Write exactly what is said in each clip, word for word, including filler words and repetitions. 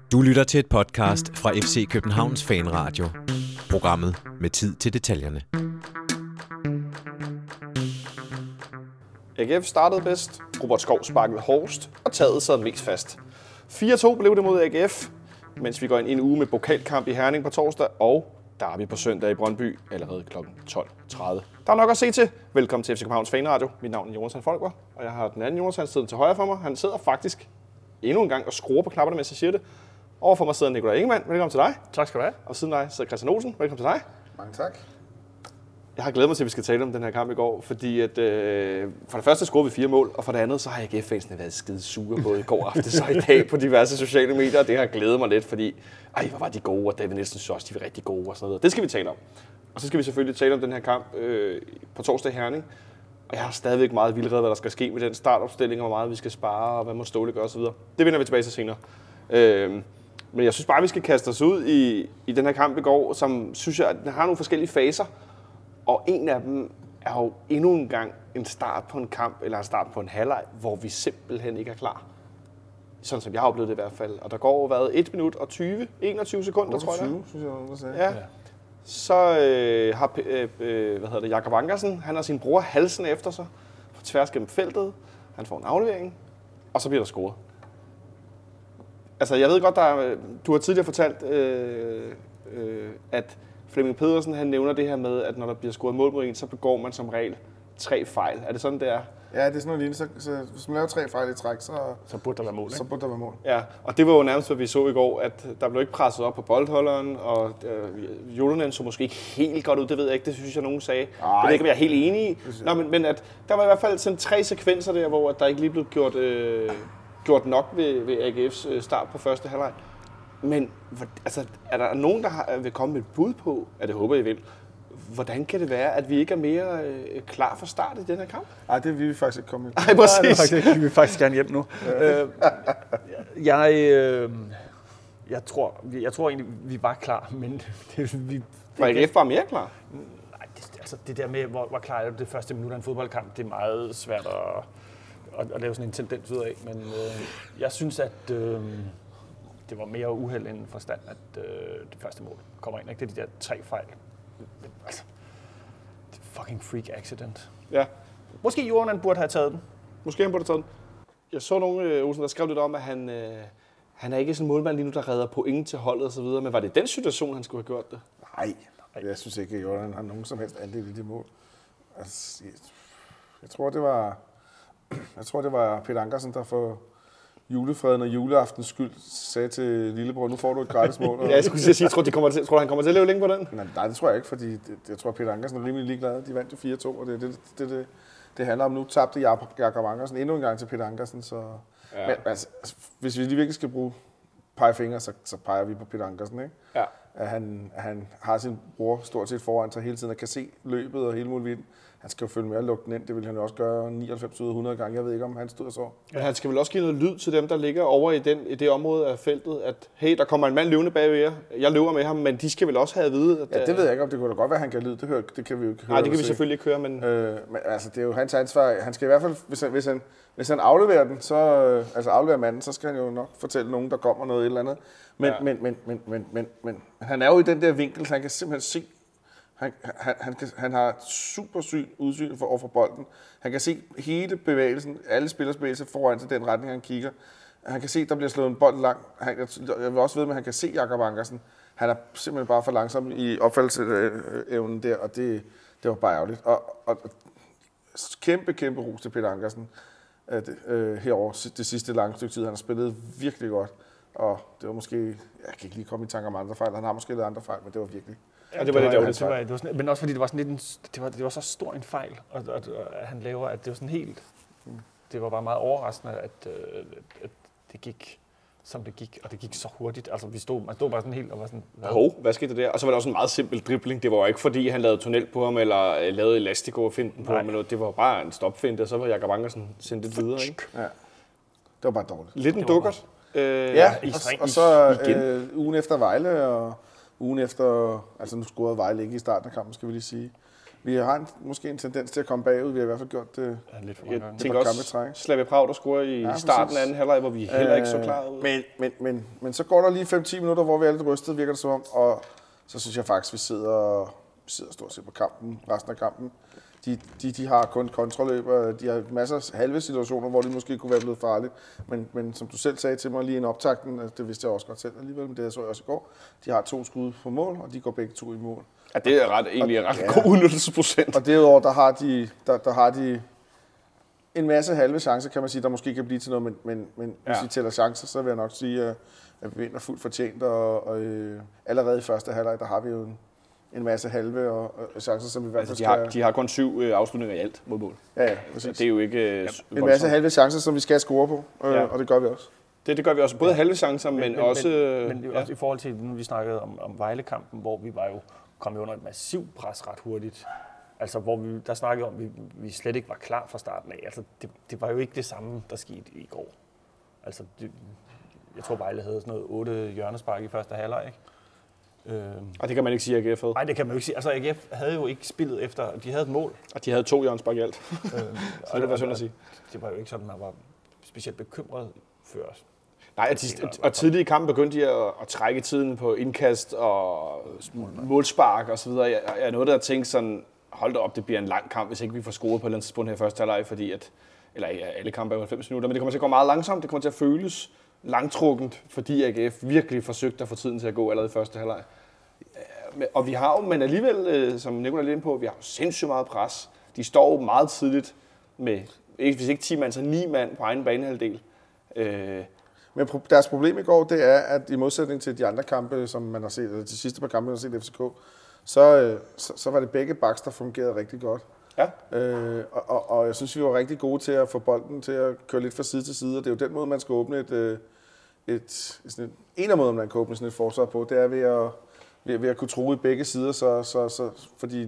Du lytter til et podcast fra F C Københavns Fanradio. Programmet med tid til detaljerne. A G F startede bedst, Robert Skov sparkede hårdest, og taget sad mest fast. fire to blev det mod A G F, mens vi går ind i en uge med pokalkamp i Herning på torsdag og derby på søndag i Brøndby allerede klokken tolv tredive. Der er nok at se til. Velkommen til F C Københavns Fanradio. Mit navn er Jonathan Folker, og jeg har den anden Jonathan siddende til højre for mig. Han sidder faktisk endnu en gang og skruer på knapperne, mens jeg siger det. Overfor mig sidder Nikolaj Ingemann. Velkommen til dig. Tak skal du have. Og siden dig sidder Christian Olsen. Velkommen til dig. Mange tak. Jeg har glædet mig til, at vi skal tale om den her kamp i går, fordi at, øh, for det første scorede vi fire mål, og for det andet så har A G F-fansene været skide sure både i går aftes og i dag på diverse sociale medier, og det har glædet mig lidt, fordi ej, hvor var de gode, og David Nielsen synes også, de var rigtig gode og sådan noget. Det skal vi tale om. Og så skal vi selvfølgelig tale om den her kamp øh, på torsdag i Herning. Og jeg har stadigvæk meget vildrede, hvad der skal ske med den startopstilling, og hvor meget vi skal spare, og hvad må Ståle gøre osv. Det vender vi tilbage til senere. Øh, men jeg synes bare, vi skal kaste os ud i, i den her kamp i går, som synes jeg, at den har nogle forskellige faser. Og en af dem er jo endnu en gang en start på en kamp, eller en start på en halvleg, hvor vi simpelthen ikke er klar. Sådan som jeg har oplevet det i hvert fald. Og der går været et minut og tyve, enogtyve sekunder, tror jeg. otteogtyve, synes jeg, man sige. Ja. Så øh, har øh, øh, hvad hedder det, Jakob Ankersen, han har sin bror halsen efter sig, på tværs gennem feltet. Han får en aflevering, og så bliver der scoret. Altså, jeg ved godt, der er, du har tidligere fortalt, øh, øh, at Flemming Pedersen, han nævner det her med, at når der bliver scoret mål mod en, så begår man som regel tre fejl. Er det sådan, det er? Ja, det er sådan noget lignende. Så, så hvis man laver tre fejl i træk, så, Så burde der være mål, så ikke? burde der være mål. Ja, og det var jo nærmest, hvad vi så i går, at der blev ikke presset op på boldholderen, og øh, Jolonen så måske ikke helt godt ud, det ved jeg ikke, det synes jeg, nogen sagde. Ej. Jeg ved ikke, om jeg er helt enig i. Nå, men, men at der var i hvert fald sådan tre sekvenser der, hvor der ikke lige blev gjort, øh, gjort nok ved, ved A G F's start på første halvleg. Men altså, er der nogen, der har, vil komme med et bud på, at det håber I vil, hvordan kan det være, at vi ikke er mere øh, klar for start i den her kamp? Nej, det vil vi faktisk ikke komme med. Nej, præcis. Nej, faktisk, vi vil faktisk gerne hjem nu. øh, jeg, øh, jeg, tror, jeg tror egentlig, vi var klar, men det, vi... Var A G F bare mere klar? Nej, det, altså det der med, hvor, hvor klar er det, det første minut af en fodboldkamp, det er meget svært at, at, at lave sådan en tendens ud af. Men øh, jeg synes, at øh, det var mere uheld end forstand, at øh, det første mål kommer ind. Ikke? Det er de der tre fejl. Altså, det er fucking freak accident. Ja. Måske Jordan burde have taget den. Måske han burde have taget den. Jeg så nogle, øh, Olsen, der skrev lidt om, at han, øh, han er ikke sådan en målmand lige nu, der redder point til holdet og så videre. Men var det den situation, han skulle have gjort det? Nej, jeg synes ikke, at Jordan har nogen som helst andel i det mål. Altså, jeg, jeg, tror, det var, jeg tror, det var Peter Ankersen, der for julefreden og juleaftens skyld sagde til lillebror, nu får du et gratis mål. Ja, jeg skulle sige, jeg tror, de kommer til, tror du, han kommer til at leve længe på den? Nej, nej, det tror jeg ikke, fordi det, jeg tror, Peter Ankersen er rimelig ligeglad. De vandt jo fire to, og det er det, det, det, det handler om. Nu tabte Jakob Ankersen endnu en gang til Peter Ankersen, så... Ja. Men altså, hvis vi lige virkelig skal bruge pegefingre, så, så peger vi på Peter Ankersen, ikke? Ja. At han, at han har sin bror stort set foran sig hele tiden og kan se løbet og hele muligheden. Han skal jo følge med og lukke den ind. Det vil han jo også gøre nioghalvfems ud af hundrede gange. Jeg ved ikke, om han stod og så. Men han skal vel også give noget lyd til dem, der ligger over i, den, i det område af feltet, at hey, der kommer en mand løvende bag ved jer. Jeg løber med ham, men de skal vel også have at vide, at... Ja, det ved jeg ikke, om det kunne da godt være, han kan lyd. Det, hører, det kan vi jo ikke høre. Nej, det kan vi selvfølgelig ikke høre, men... Øh, men altså, det er jo hans ansvar. Han skal i hvert fald, hvis han, hvis han, hvis han afleverer den, så, øh, altså afleverer manden, så skal han jo nok fortælle nogen, der kommer noget eller andet. Men, ja. men, men, men, men, men, men han er jo i den der vinkel, så han kan simpelthen se. Han, han, han, kan, han har super syn, udsyn for, over for bolden. Han kan se hele bevægelsen, alle spillers bevægelse foran til den retning, han kigger. Han kan se, der bliver slået en bold lang. Han, jeg vil også vide, at han kan se Jakob Ankersen. Han er simpelthen bare for langsom i opfaldelsesevnen der, og det, det var bare ærgerligt. Og, og kæmpe, kæmpe ros til Peter Ankersen at, øh, herover det sidste lange stykke tid. Han har spillet virkelig godt, og det var måske, jeg kan ikke lige komme i tanke om andre fejl. Han har måske lavet andre fejl, men det var virkelig... Ja, det var lidt ærgerligt. Det var, det var sådan, men også fordi det var sådan lidt en, det var, det var så stor en fejl, og, og, og han laver, at det var sådan helt... Det var bare meget overraskende, at, at, at det gik, som det gik, og det gik så hurtigt. Altså, vi stod, man stod bare sådan helt og var sådan... Hvad? Hov, hvad skete der der? Og så var det også en meget simpel dribling. Det var jo ikke, fordi han lavede tunnel på ham, eller lavede elastico-finten på ham, men det var bare en stopfinte, og så var Jakob Ankersen sendt det videre, ikke? Ja, det var bare dårligt. Lidt en dukkert. Øh, ja, og, og så øh, ugen efter Vejle, og ugen efter, altså nu scorede Vejle ikke i starten af kampen, skal vi lige sige. vi har en, måske en tendens til at komme bagud. Vi har i hvert fald gjort det. Ja, lidt for Jeg mange gange. tænker også, Slavia Prag, der scorer i Ja, starten præcis. af anden halvleg, hvor vi heller ikke så klar ud. Men, men, men, men så går der lige fem til ti minutter, hvor vi er lidt rystet, virker det som om. Og så synes jeg faktisk, vi sidder, vi sidder stort set på kampen, resten af kampen. De, de, de har kun kontrolløber, de har masser af halve situationer, hvor de måske kunne være blevet farlige. Men, men som du selv sagde til mig lige i en optakten, det vidste jeg også godt selv alligevel, men det så jeg også i går. De har to skud på mål, og de går begge to i mål. Ja, det er ret, egentlig en ret Ja. god udnyttelsesprocent. Og derudover, der har de, der, der har de en masse halve chancer, kan man sige, der måske kan blive til noget, men, men, men ja. hvis vi tæller chancer, så vil jeg nok sige, at vi vinder fuldt fortjent, og, og øh, allerede i første halvleg, der har vi jo en, en masse halve og, og chancer, som vi i hvert fald Altså, de, skal... har, de har kun syv øh, afslutninger i alt mod mål. Ja, ja, præcis. Det er jo ikke øh, En voldsomt. masse halve chancer, som vi skal score på, øh, Ja. og det gør vi også. Det, det gør vi også. Både ja. halve chancer, men, men også... Men, men ja. også i forhold til, nu vi snakkede om, om Vejle-kampen, hvor vi var jo kommet under et massivt pres ret hurtigt. Altså, hvor vi, der snakkede om, at vi, vi slet ikke var klar fra starten af. Altså, det, det var jo ikke det samme, der skete i går. Altså, det, jeg tror, Vejle havde sådan noget otte hjørnespark i første halvleg, ikke? Øhm. Og det kan man ikke sige, at A G F havde. Nej, det kan man jo ikke sige. Altså, A G F havde jo ikke spillet efter, de havde et mål. Og de havde to hjørnespark i alt. Øhm, så det var synd at sige. Det var jo ikke sådan, man var specielt bekymret før os. Nej, og, de, og tidligt i kampen begyndte de at, at trække tiden på indkast og målspark og så videre. Jeg, jeg er noget, der har tænkt sådan, hold da op, det bliver en lang kamp, hvis ikke vi får scoret på et eller andet tidspunkt her i første halvleg, fordi at, eller ja, alle kampe er jo halvfems minutter, men det kommer til at gå meget langsomt, det kommer til at føles langtrukkent, fordi A G F virkelig forsøgte at få tiden til at gå allerede i første halvleg. Og vi har jo, men alligevel, som Nicolai er inde på, vi har jo sindssygt meget pres. De står jo meget tidligt med, hvis ikke ti mand, så ni mand på egen banehalvdel. Øh, Men deres problem i går, det er, at i modsætning til de andre kampe, som man har set, eller de sidste par kampe, man har set i F C K, så, så, så var det begge backs, der fungerede rigtig godt. Ja. Øh, og, og, og jeg synes, vi var rigtig gode til at få bolden til at køre lidt fra side til side, og det er jo den måde, man skal åbne et, et, et, sådan et en af måderne, man kan åbne sådan et forsvar på, det er ved at, ved, ved at kunne tro i begge sider, så, så, så, fordi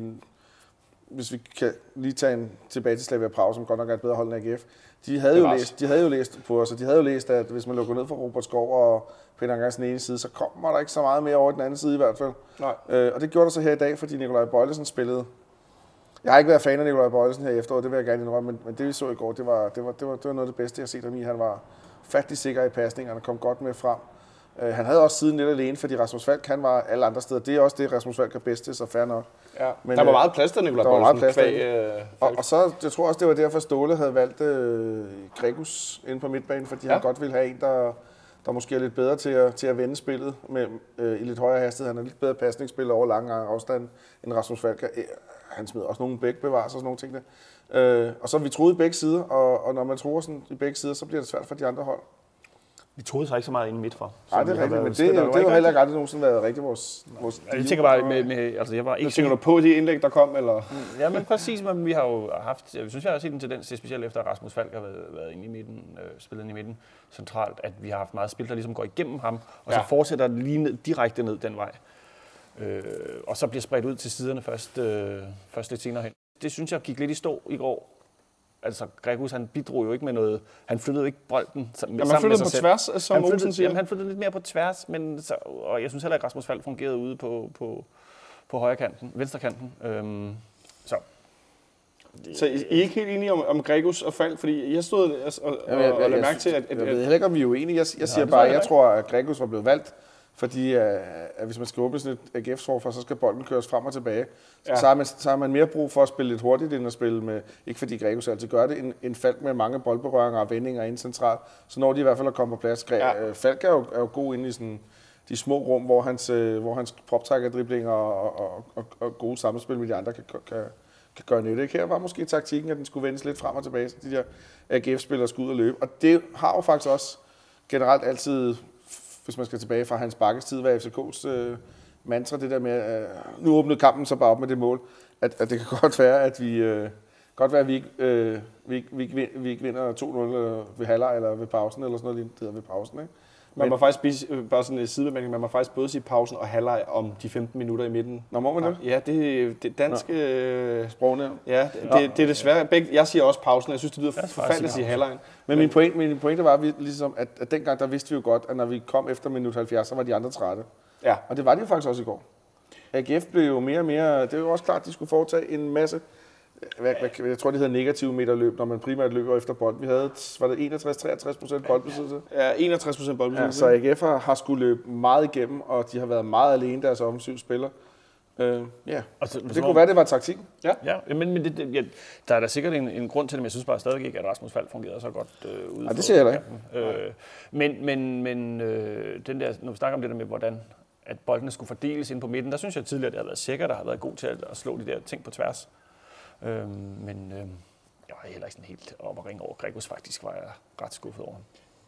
hvis vi kan lige tage en tilbage til Slavia Prag, som godt nok er et bedre hold end A G F, de havde, jo læst, de havde jo læst på os, og de havde jo læst, at hvis man lukker ned for Robert Skov og Peter Angers den ene side, så kommer der ikke så meget mere over den anden side i hvert fald. Nej. Øh, og det gjorde der så her i dag, fordi Nicolai Bøjlesen spillede. Jeg har ikke været fan af Nicolai Bøjlesen her i efteråret, det vil jeg gerne indrømme, men, men det vi så i går, det var, det var, det var, det var noget af det bedste, jeg har set ham i. Han var fattelig sikker i pasningerne, kom godt med frem. Øh, han havde også siden lidt alene, fordi Rasmus Falk, han var alle andre steder. Det er også det, Rasmus Falk er bedst til, så fair nok. Ja. Men, der var øh, meget plads til Nicolai der var meget Bøjlesen. plads der. Øh, Og, og så, jeg tror også, det var derfor, Ståle havde valgt øh, Gregus inde på midtbanen, fordi ja. han godt ville have en, der, der måske er lidt bedre til at, til at vende spillet med, øh, i lidt højere hastighed. Han er lidt bedre pasningsspiller over lange afstand end Rasmus Falk. Øh, han smed også nogle bækbevarer og sådan nogle ting der. Øh, og så vi troede i begge sider, og, og når man tror sådan i begge sider, så bliver det svært for de andre hold. Vi troede så ikke så meget inde midt for. Nej, det er rigtigt, men det, det, det har jo heller ikke aldrig nogensinde været rigtigt vores... vores Jeg tænker bare med, med altså jeg var ikke... Nu tænker du på de indlæg, der kom, eller? Ja, men præcis, men vi har jo haft... Jeg synes, jeg har set en tendens til, specielt efter Rasmus Falk har været, været inde i midten, øh, spillet inde i midten centralt, at vi har haft meget spil, der ligesom går igennem ham, og så Ja. fortsætter lige ned, direkte ned den vej. Øh, og så bliver spredt ud til siderne først, øh, først lidt senere hen. Det synes jeg gik lidt i stå i går. Altså, Gregus, han bidrog jo ikke med noget. Han flyttede jo ikke bolden sammen Ja, man flyttede med på sig selv. tværs, som Han Olsen flyttede, siger. jamen, han flyttede lidt mere på tværs, men så, og jeg synes heller ikke, Rasmus Falk fungerede ude på, på, på højre kanten, venstre kanten. Øhm, så. Så I er ikke helt enige om, om Gregus og Falk, fordi jeg stod og, og, og, og lagde mærke til, at... at Jeg ved heller ikke, om vi er uenige. Jeg, jeg siger det bare, tror at jeg jeg ikke. tror, at Gregus var blevet valgt, fordi at, at hvis man skal åbne sådan et A G F-forsvar, så skal bolden køres frem og tilbage. Så, Ja. så, har man, så har man mere brug for at spille lidt hurtigt, end at spille med, ikke fordi Gregus altid gør det, en, en Falk med mange boldberøringer og vendinger ind centralt. Så når de i hvert fald at komme på plads. Gre- Ja. ja. Falk er jo, er jo god inde i sådan de små rum, hvor hans, øh, hvor hans proptakker-driblinger og, og, og, og gode samspil med de andre kan, kan, kan gøre nyt. Ikke? Her var måske taktikken, at den skulle vendes lidt frem og tilbage, så de der A G F-spillere skulle ud og løbe. Og det har jo faktisk også generelt altid, hvis man skal tilbage fra Hans Bakkes tid, været F C K's øh, mantra, det der med, at øh, nu åbnede kampen så bare op med det mål, at, at det kan godt være, at vi, øh, godt være, at vi, ikke, øh, vi, ikke, vi, ikke, vi ikke vinder to nul ved halvleg eller ved pausen, eller sådan noget lignende, det hedder ved pausen, ikke? Man må faktisk spise, øh, bare sådan en sidebemærkning, man må faktisk både sige pausen og halvleg om de femten minutter i midten. Nå, må man det? Ja, det det danske... Øh, Sprognævn. ja, det, det, det er desværre... Begge, jeg siger også pausen, jeg synes, det lyder faktisk forfærdeligt at sige halvlegen. Men min pointe, min pointe var, at, vi, ligesom, at, at dengang der vidste vi jo godt, at når vi kom efter minut halvfjerds, så var de andre trætte. Ja. Og det var de jo faktisk også i går. A G F blev jo mere og mere, det er jo også klart, at de skulle foretage en masse, hvad, hvad, jeg tror det hedder negative meterløb, når man primært løber efter bold. Vi havde, var det enogtres til treogtres procent boldbesiddelse? Ja, enogtres procent boldbesiddelse. Ja, så A G F har, har skulle løbe meget igennem, og de har været meget alene deres offensive spillere. Uh, yeah. altså, det kunne være, det var taktikken. Ja, ja men, men det, det, ja, der er da sikkert en, en grund til det, men jeg synes bare stadig ikke, at Rasmus Falk fungerede så godt øh, ude. Ja, det siger jeg da øh, Men, men, men øh, den der, når vi snakker om det der med, hvordan at boldene skulle fordeles ind på midten, der synes jeg tidligere, at det har været sikkert, der har været god til at, at slå de der ting på tværs. Øh, men øh, jeg var heller ikke sådan helt op og ringe over Gregos. Faktisk var jeg ret skuffet over ham.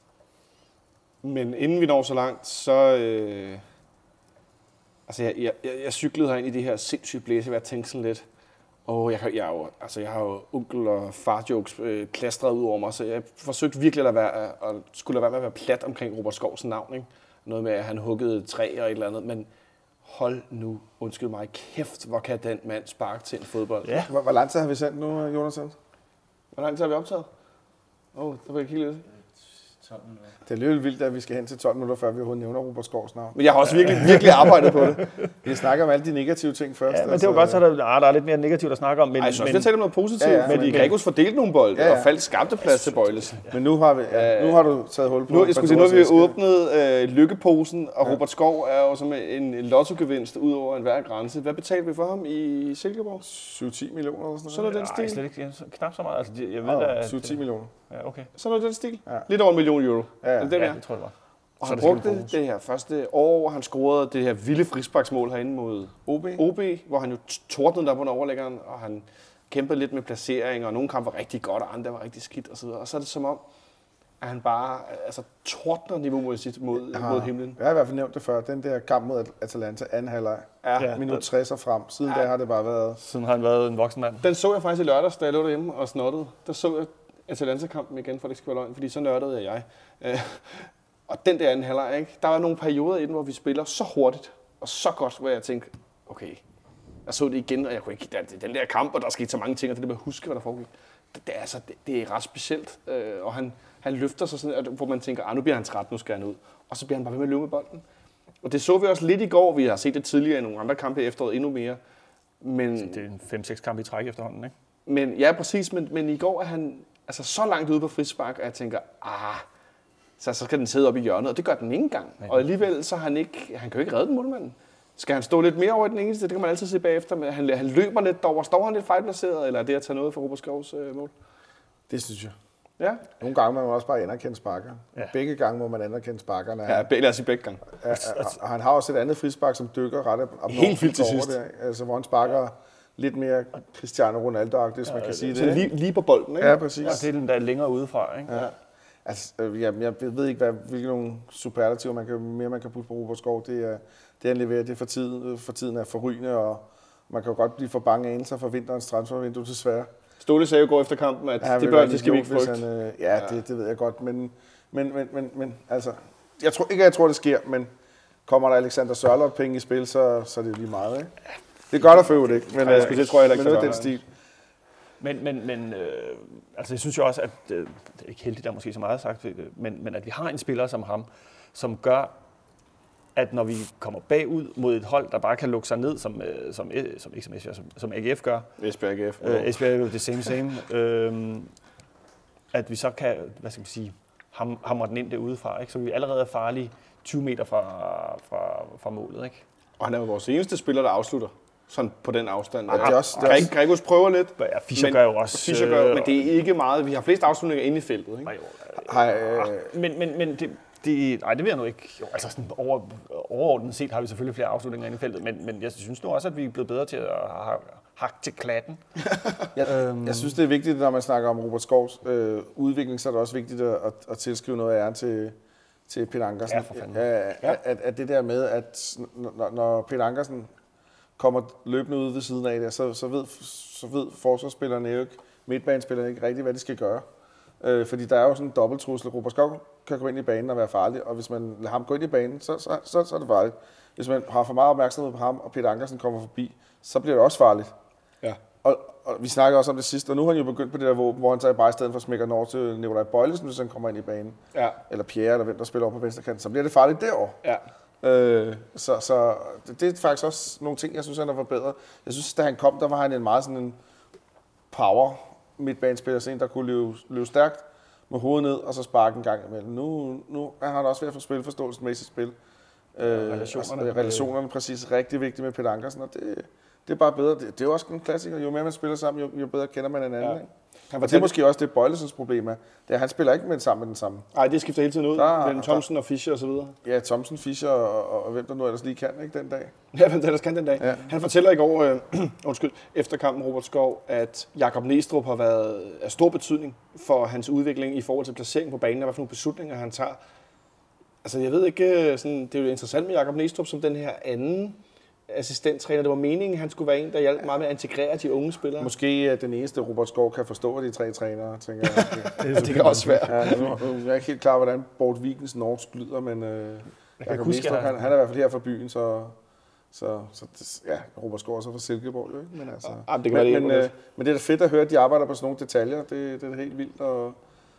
Men inden vi når så langt, så... Øh Altså, jeg, jeg, jeg cyklede herind i det her sindssygt blæse, hvor jeg tænkte sådan lidt, åh, jeg, jeg, jeg, altså, jeg har jo onkel- og farjokes øh, klastret ud over mig, så jeg forsøgte virkelig at, være, at skulle lade være med at være plat omkring Robert Skovs navn, ikke? Noget med, at han huggede træ og et eller andet, men hold nu, undskyld mig, kæft, hvor kan den mand sparke til en fodbold? Ja. Hvor, hvor lang tid har vi sendt nu, Jonathan? Hvor lang tid har vi optaget? Åh, oh, der vil jeg kigge lidt. tolv minutter. Det er lidt vildt, at vi skal hen til tolv minutter, før vi overhovedet nævner Robert Skovs navn. Men jeg har også virkelig, virkelig arbejdet på det. Vi snakker om alle de negative ting først. Ja, men det var godt, så der, ah, der er lidt mere negativt at snakke om. Men, Ej, jeg synes men, også, vi om noget positivt, ja, ja, men, men Gregos fordelte nogle bolde, ja, ja. og Falk skabte plads til Bøjles. Ja. Men nu har, vi, ja, nu har du taget hul på... Nu, jeg skulle sige, nu har vi åbnet øh, lykkeposen, og ja. Robert Skov er jo som en, en lottogevinst ud over enhver grænse. Hvad betalte vi for ham i Silkeborg? syv til ti millioner eller sådan noget. Så er den stil. Nej, slet ikke. Knap så meget. Altså, jeg ved, oh, syv til ti millioner. Ja, okay. Så er den stil. Ja. Lidt over en million euro. Ja, ja. Det, ja, det tror jeg var. Og han brugte det, det her første år, han scorede det her vilde frisparksmål herinde mod O B. O B, hvor han jo tordnede der på overlæggeren, og han kæmpede lidt med placering, og nogle kampe var rigtig godt, og andre var rigtig skidt osv. Og så er det som om, at han bare altså, tordner niveaumæssigt mod, ja, mod himlen. Jeg har i hvert fald nævnt det før, den der kamp mod Atalanta, anden halvleg, ja. minut tres og frem. Siden ja. da har det bare været... Siden har han været en voksen mand. Den så jeg faktisk i lørdags, da jeg lå derhjemme og snottede. Der så jeg Atalanta-kampen igen, for det skal være løgn, fordi så nørdede jeg. Og den der anden halvleg, ikke? Der var nogle perioder i den, hvor vi spiller så hurtigt og så godt, hvor jeg tænkte, okay, jeg så det igen, og jeg kunne ikke, det den der kamp, og der skete så mange ting, og det der med at huske, hvad der foregik, det, det, er, altså, det, det er ret specielt. Øh, og han, han løfter sig sådan, hvor man tænker, ah, nu bliver han træt, nu skal han ud. Og så bliver han bare ved med at løbe med bolden. Og det så vi også lidt i går, vi har set det tidligere i nogle andre kampe i efteråret endnu mere. Men, så det er en fem seks kampe i træk efterhånden, ikke? Men, ja, præcis, men, men i går er han altså, så langt ude på frispark, at jeg tænker, ah, så, så skal den sidde oppe i hjørnet, og det gør den ikke engang. Og alligevel, så han ikke, han kan jo ikke redde den, målmanden. Skal han stå lidt mere over i den eneste? Det kan man altid se bagefter, men han, han løber lidt derover. Står han lidt fejlplaceret, eller er det at tage noget for Robert Skovs øh, mål? Det synes jeg. Ja. Nogle gange må man også bare anerkende sparker. Ja. Begge gange må man anerkende sparkerne. Ja, lad os sige begge gange. Ja, og han har også et andet frispark, som dykker ret op. Helt vildt til sidst. Der, altså, hvor han sparker ja. lidt mere Cristiano Ronaldo-agtigt, hvis ja, man kan sige det. Lige, lige på bolden, ikke? Ja, præcis. Og det er den der længere udefra, ikke? Ja. Altså, jeg, jeg ved ikke, hvad, hvilke nogle superlativer man kan, mere man kan putte på Robert Skov. Det er, det han leverer, det for tiden, for tiden er forrygende, og man kan jo godt blive for bange anelser for vinterens transfervindue desværre. Ståle sagde jo går efter kampen, at ja, det bør, det skal vi ikke frygte. Han, øh, ja, ja. Det, det ved jeg godt, men, men, men, men, men altså, jeg tror ikke, jeg tror, det sker, men kommer der Alexander Sørloth penge i spil, så, så er det lige meget, ikke? Det gør der for øvrigt ikke, men, ja, jeg det tror jeg ikke, men noget den stil. Men, men, men øh, altså, jeg synes jo også, at øh, det er ikke heldigt, der er måske så meget sagt, men, men at vi har en spiller som ham, som gør, at når vi kommer bagud mod et hold, der bare kan lukke sig ned, som, øh, som, øh, som ikke som Esbjerg, som, som A G F gør. Esbjerg A G F. Øh, Esbjerg er jo det same same. øh, at vi så kan, hvad skal man sige, ham, hamre den ind derudefra, ikke? Så vi allerede er farlige tyve meter fra, fra, fra målet, ikke? Og han er jo vores eneste spiller, der afslutter. Sådan på den afstand. Ja, det er også, det er også... Gregos prøver lidt. Ja, Fischer gør jo også. Fischer gør, øh, men det er ikke meget. Vi har flest afslutninger inde i feltet, ikke? Nej, Hej, øh... Men, men, men det, det, nej, det vil jeg nu ikke. Jo, altså sådan over, overordnet set har vi selvfølgelig flere afslutninger inde i feltet, men, men jeg synes nu også, at vi er blevet bedre til at hakke til klatten. jeg, øhm. jeg synes, det er vigtigt, når man snakker om Robert Skovs øh, udvikling, så er det også vigtigt at, at, at tilskrive noget af æren til, til Peter Ankersen. Ja, for fanden. Ja, at, at, at det der med, at når, når Peter Ankersen kommer løbende ud ved siden af det, så, så, ved, så ved forsvarsspillerne jo ikke, midtbanespillerne ikke rigtigt, hvad de skal gøre. Øh, fordi der er jo sådan en dobbelttrussel. Robert Skov kan gå ind i banen og være farlig, og hvis man lader ham gå ind i banen, så, så, så, så er det farligt. Hvis man har for meget opmærksomhed på ham, og Peter Ankersen kommer forbi, så bliver det også farligt. Ja. Og, og vi snakker også om det sidste, og nu har han jo begyndt på det der våben, hvor han tager bare i stedet for at smække over til Nikolaj Bøjlesen, hvis han kommer ind i banen. Ja. Eller Pierre, eller hvem der spiller over på venstre kant, så bliver det farligt derovre. Ja. Øh, så, så det, det er faktisk også nogle ting, jeg synes, han har forbedret. Jeg synes, da han kom, der var han en meget sådan en power midtbanespiller, sådan en, der kunne løbe, løbe stærkt med hovedet ned, og så sparke en gang imellem. Nu, nu er han også ved at få spilforståelsen med i sit spil. Øh, relationerne. Altså, relationerne præcis rigtig vigtigt med Peter Ankersen, og det, det er bare bedre. Det, det er jo også en klassiker. Jo mere man spiller sammen, jo, jo bedre kender man hinanden. Ja. Og det er måske også det, Bøjlesens problem er. Det er, han spiller ikke med sammen med den samme. Nej, det skifter hele tiden ud. Der, mellem Thomsen og Fischer og så videre. Ja, Thomsen, Fischer og, og, og hvem der nu ellers lige kan, ikke den dag. Ja, hvem der ellers kan den dag. Ja. Han fortæller i går, øh, undskyld, efter kampen Robert Skov, at Jakob Næstrup har været af stor betydning for hans udvikling i forhold til placering på banen, og hvad for nogle beslutninger han tager. Altså, jeg ved ikke, sådan, det er jo interessant med Jakob Næstrup som den her anden assistenttræner. Det var meningen, at han skulle være en, der hjalp meget med at integrere de unge spillere. Måske den eneste Robert Skov kan forstå de tre trænere, tænker jeg. det, det kan også være. Ja, nu, jeg er ikke helt klar, hvordan Bort Wigens norsk lyder, men øh, Jakob Næstrup, han, han er i hvert fald her fra byen, så, så, så det, ja, Robert Skov er så fra Silkeborg, jo ikke? Men, altså, ja, det kan men, være det, men, øh, men det er da fedt at høre, at de arbejder på sådan nogle detaljer. Det, det er helt vildt, og,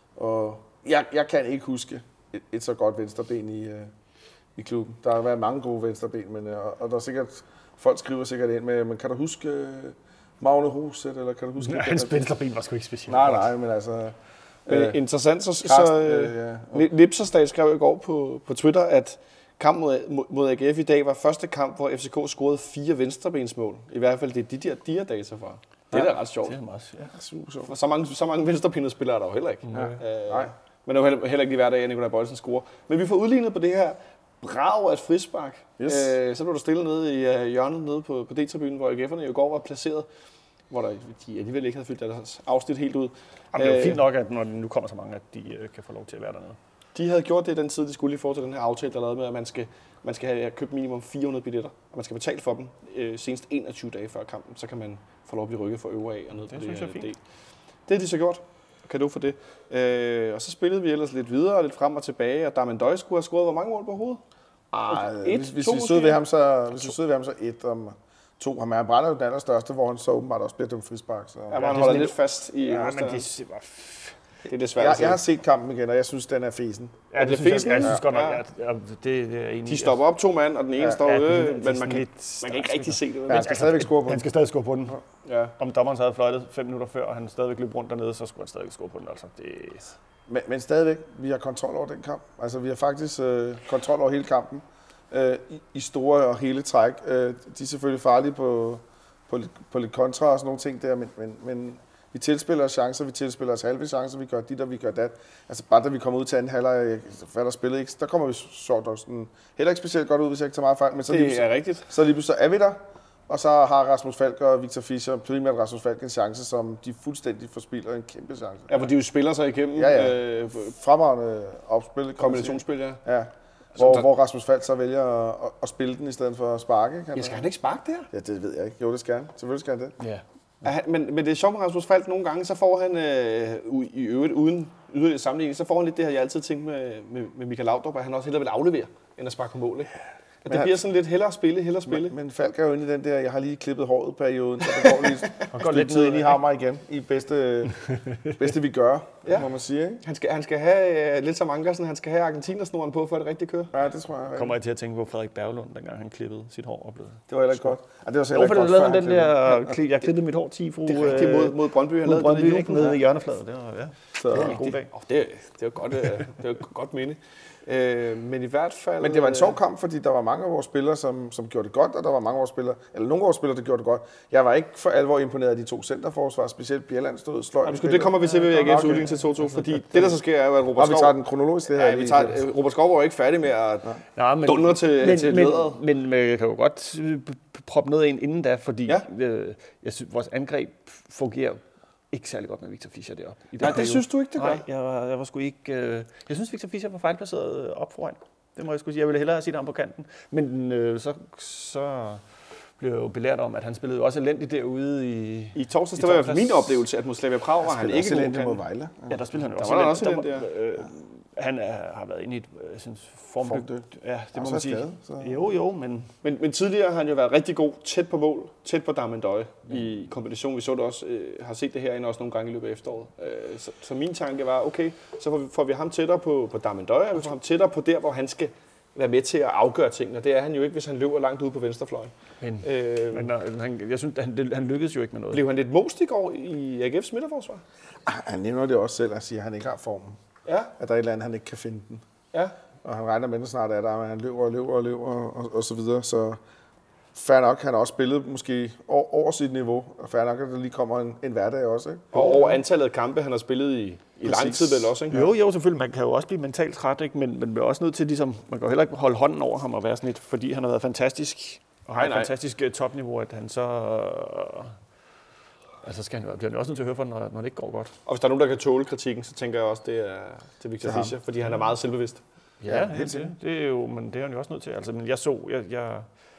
og jeg, jeg kan ikke huske et, et så godt venstreben i, øh, i klubben. Der har været mange gode venstreben, men, øh, og der er sikkert folk skriver sikkert ind med, men kan du huske uh, Magne Roset, eller kan du huske... Ja, hans venstreben var sgu ikke specielt. Nej, nej, men altså... Men øh, interessant, så, så øh, ja. Lipserstad skrev i går på, på Twitter, at kampen mod, mod A G F i dag var første kamp, hvor F C K scorede fire venstrebensmål. I hvert fald det er de der diadata fra. Det er ja, da ret sjovt. Det er meget ja, super sjovt. For så mange, så mange venstrebenede spillere er der jo heller ikke. Ja. Øh, nej. Men det er jo heller, heller ikke lige hver dag, at Nikolaj Bøjlesen scorer. Men vi får udlignet på det her brav af et frispark. Yes. Øh, så blev der stillet nede i uh, hjørnet nede på, på D-tribunen, hvor A G F'erne jo i går var placeret, hvor der, de alligevel ikke havde fyldt deres afsnit helt ud. Jamen, det er jo fint nok, at når nu kommer så mange, at de uh, kan få lov til at være dernede. De havde gjort det den tid, de skulle i forhold til den her aftale, der lavede med, at man skal, man skal have købt minimum fire hundrede billetter, og man skal betale for dem øh, senest enogtyve dage før kampen, så kan man få lov at blive rykket for øvre af og ned det på synes det jeg er fint. Det har de så gjort. Kan du for det? Øh, og så spillede vi ellers lidt videre, lidt frem og tilbage, og Darmen skulle have scoret hvor mange mål på hovedet? Ej, et, hvis, hvis vi stod ved ham, så hvis vi stod ved ham så et om to. Han, han brænder jo den allerstørste, hvor han så åbenbart også bliver dømt frispark. Så. Ja, hvor han holder lidt fast i ja, men det var det er det svært jeg, jeg har set kampen igen, og jeg synes, den er fesen. Ja, det, det er fesen. Jeg, jeg synes godt nok, at ja, det, det er enig. De stopper op to mand, og den ene ja, står ude, ja, men man kan, lidt, man kan ikke rigtig se det. Ja, han skal stadigvæk score på den. Han skal stadig score på den. Ja. Om dommeren så havde fløjtet fem minutter før, og han stadigvæk løb rundt dernede, så skulle han stadig score på den. Altså, det... men, men stadigvæk, vi har kontrol over den kamp. Altså, vi har faktisk øh, kontrol over hele kampen. Øh, i, I store og hele træk. Øh, de er selvfølgelig farlige på, på, lidt, på lidt kontra og sådan nogle ting der, men, men, men vi tilspiller os chancer, vi tilspiller os halve chancer, vi gør dit og vi gør dat. Altså bare da vi kommer ud til anden halvleg, hvad der spillede ikke, der kommer vi sjovt også sådan, heller ikke specielt godt ud, hvis jeg ikke tager meget fejl. Men så det lige, er rigtigt. Så lige pludselig er vi der, og så har Rasmus Falk og Victor Fischer, primært Rasmus Falk, en chance, som de fuldstændig forspiller, en kæmpe chance. Ja, hvor de jo spiller sig igennem. Ja, ja. Øh, Fremragende opspil. Kombinationsspil, ja. Ja. Hvor, der... hvor Rasmus Falk så vælger at, at spille den i stedet for at sparke. Kan ja, skal han ikke sparke der? Ja, det ved jeg ikke. Jo, det skal han. Selvfølgelig skal han det. Ja. Ja, men, men det er sjovt med Rasmus Falk. Nogle gange, så får han øh, i øvrigt uden yderligere sammenligning, så får han lidt det her, jeg altid tænkt med, med, med Michael Laudrup, at han også hellere vil aflevere, end at sparke på mål. Ikke? At det han, bliver sådan lidt hellere spille, hellere spille. Men, men Falk er jo inde i den der, jeg har lige klippet håret perioden, så det går lige og går lidt tid ind i hammer igen, i bedste, bedste vi gør, ja. Må man sige. Ikke? Han skal, han skal have, lidt som Ankersen, han skal have Argentinersnoren på, for at det rigtig kører. Ja, det tror jeg. Kommer jeg til at tænke på Frederik Berglund, dengang han klippede sit hår og blev. Det var heller ikke godt. Ja, det var så heller ikke godt, før han den der, jeg klippede mit hår ti fru. Det er rigtigt mod, mod Brøndby. Han mod Brøndby, ikke nede i hjørnefladet. Det var, ja. Så, det var en god dag. Oh, det, det var godt, det var godt minde. Øh, men i hvert fald... Men det var en sjov kamp, fordi der var mange af vores spillere, som, som gjorde det godt, og der var mange af vores spillere, eller nogle af vores spillere, der gjorde det godt. Jeg var ikke for alvor imponeret af de to centerforsvar, specielt Bjelland stod sløjt. Ja, det kommer vi til ved A G F's udligning til to to, fordi det, der så sker, er jo, at Robert Skov... vi tager den kronologisk, det her. Ja, vi tager, Robert Skov var jo ikke færdig med at ja. men, dundre til, men, til men, lederet. Men, men jeg kan jo godt proppe noget ind inden da, fordi ja. øh, jeg synes, vores angreb fungerer ikke særlig godt med Victor Fischer deroppe. Nej, det periode. Synes du ikke, det gør? Nej, jeg var, jeg var sgu ikke... Øh, jeg synes, Victor Fischer var fejlplaceret op foran. Det må jeg skulle sige. Jeg ville hellere have set ham på kanten. Men øh, så, så blev jeg jo belært om, at han spillede jo også elendigt derude i... I torsdags, det var jo min oplevelse, at mod Slavia Prag var han ikke god elendigt mod Vejle. Ja. ja, der spillede han jo der også. Der var også elendigt der. Øh, han er, har været inde i et synes, formdøgt. Ja, det må man sige. Skade, så. Jo, jo, men... men... Men tidligere har han jo været rigtig god, tæt på mål, tæt på Darmen Døje mm. i kombination. Vi så det også, øh, har set det herinde også nogle gange i løbet af efteråret. Øh, så, så min tanke var, okay, så får vi, får vi ham tættere på, på Darmen Døje, og vi får ham tættere på der, hvor han skal være med til at afgøre tingene. Det er han jo ikke, hvis han løber langt ude på venstrefløjen. Men, Øh, men han, jeg synes, han, han lykkedes jo ikke med noget. blev han lidt most i går i A G F's midterforsvar? Han nævner det også selv at sige, at han ikke har formen. Ja, At der er et eller andet, han ikke kan finde den. ja. Og han regner med, at snart er der, men han løber og løber og løber og, og så videre. Så fair nok, han har også spillet måske over, over sit niveau. Og fair nok, at der lige kommer en, en hverdag også. Ikke? Og over antallet af kampe, han har spillet i, i lang tid vel også, ikke? Jo, jo, selvfølgelig. Man kan jo også blive mentalt træt, ikke? Men man bliver også nødt til, ligesom, man kan jo heller ikke holde hånden over ham og være sådan lidt, fordi han har været fantastisk og har Nej, et nej. fantastisk uh, topniveau, at han så... Uh, altså skal han, bliver han jo også nødt til at høre for, når, når det ikke går godt. Og hvis der er nogen, der kan tåle kritikken, så tænker jeg også, det er, det er Victor Det er Fischer, fordi han er meget selvbevidst. Ja, Ja, helt helt det, det er jo, men det er han jo også nødt til. Altså, men jeg så, jeg, jeg,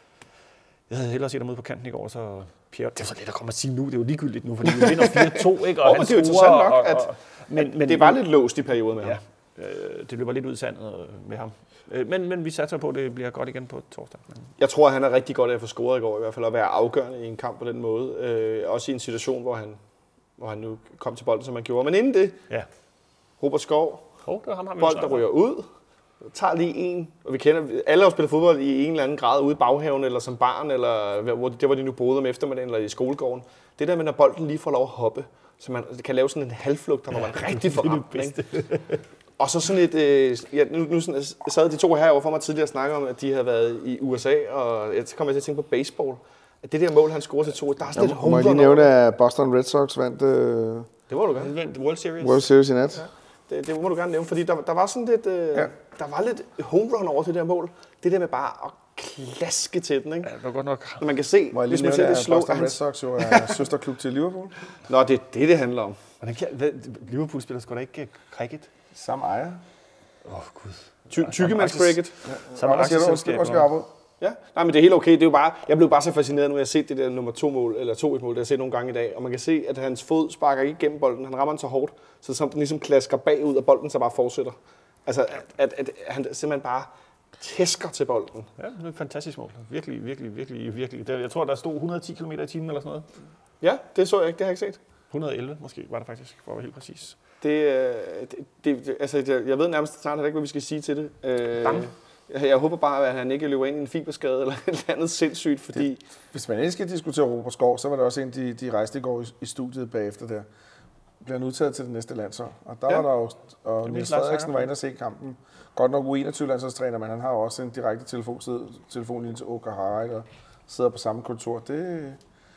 jeg havde hellere set ham ude på kanten i går, så Pierre, det er så let at komme og sige nu, det er jo ligegyldigt nu, fordi vi vinder fire to, ikke? Og Åh, han men det er jo scorer, interessant nok, og- at- og- men, men, Det var lidt låst i perioden med ham. Ja, øh, det løber lidt ud i sandet øh, med ham. Øh, Men, men vi satser på, at det bliver godt igen på torsdag. Men, Jeg tror, han er rigtig godt af at få scoret i går, i hvert fald at være afgørende i en kamp på den måde. Øh, også i en situation, hvor han, hvor han nu kom til bolden, som han gjorde. Men inden det, ja. Robert Skov, Oh, det var ham, har vi bold, jo der snakket ryger ud, tager lige en, og vi kender, alle har spillet fodbold i en eller anden grad ude i baghaven, eller som barn, eller hvor, det var de nu boede om eftermiddagen, eller i skolegården. Det der med, når bolden lige får lov at hoppe, så man kan lave sådan en halvflugt, hvor man rigtig får ramt den, ikke? Og så sådan et, øh, ja, nu, nu sådan, sad de to her over for mig tidligere og snakkede om, at de havde været i U S A, og jeg kom jeg til at tænke på baseball. At det der mål, han scorede til to, der er sådan lidt Må jeg lige home nævne, run over. at Boston Red Sox vandt øh, Det må du gerne. Han vandt World Series. World Series i nat. Det, det må du gerne nævne, fordi der, der var sådan lidt, øh, Ja. der var lidt home run over det der mål. Det der med bare at klaske til den, ikke? Ja, det var godt nok. Man kan se, Må jeg hvis lige man ser nævne, det at slow. Boston Red Sox jo er søsterklub til Liverpool. Nå, det er det, det handler om. Hvordan kan, hvad, Liverpool spiller sgu da ikke uh, cricket? Samme ejer. Åh, oh, gud. Ty- Tykkemandscricket. Samme Hvad siger du? Undskyld, aktieselskab. undskyld, afbrud. Ja, nej, men det er helt okay. Det er jo bare, jeg blev bare så fascineret, nu jeg har set det der nummer to mål, eller to et mål, det har jeg set nogle gange i dag, og man kan se, at hans fod sparker ikke igennem bolden. Han rammer den så hårdt, så som den ligesom klasker bagud, og bolden så bare fortsætter. Altså, at, at, at han simpelthen bare tæsker til bolden. Ja, det er et fantastisk mål. Virkelig, virkelig, virkelig, virkelig. Det, jeg tror, der stod et hundrede og ti kilometer i timen eller sådan noget. Ja, det så jeg ikke, det har jeg ikke set. et hundrede og elleve måske var det faktisk, for at være helt præcis. Det, øh, det, det, altså, jeg, jeg ved nærmest snart ikke, hvad vi skal sige til det. Øh, Bang. jeg, jeg håber bare, at han ikke løber ind i en fiberskade eller et eller andet sindssygt, fordi... Hvis man ikke skal diskutere Robert Skov, så var det også en, de, de rejste i går i, i studiet bagefter der. Bliver han udtaget til det næste landshold. Og der Ja. ja. var der jo, og Det Niels Lars Frederiksen var Jakob. inde og se kampen. Godt nok U enogtyve-landsholdstræner, men han har jo også en direkte telefon, telefonlinje til Åke Harald og sidder på samme kontor. Det,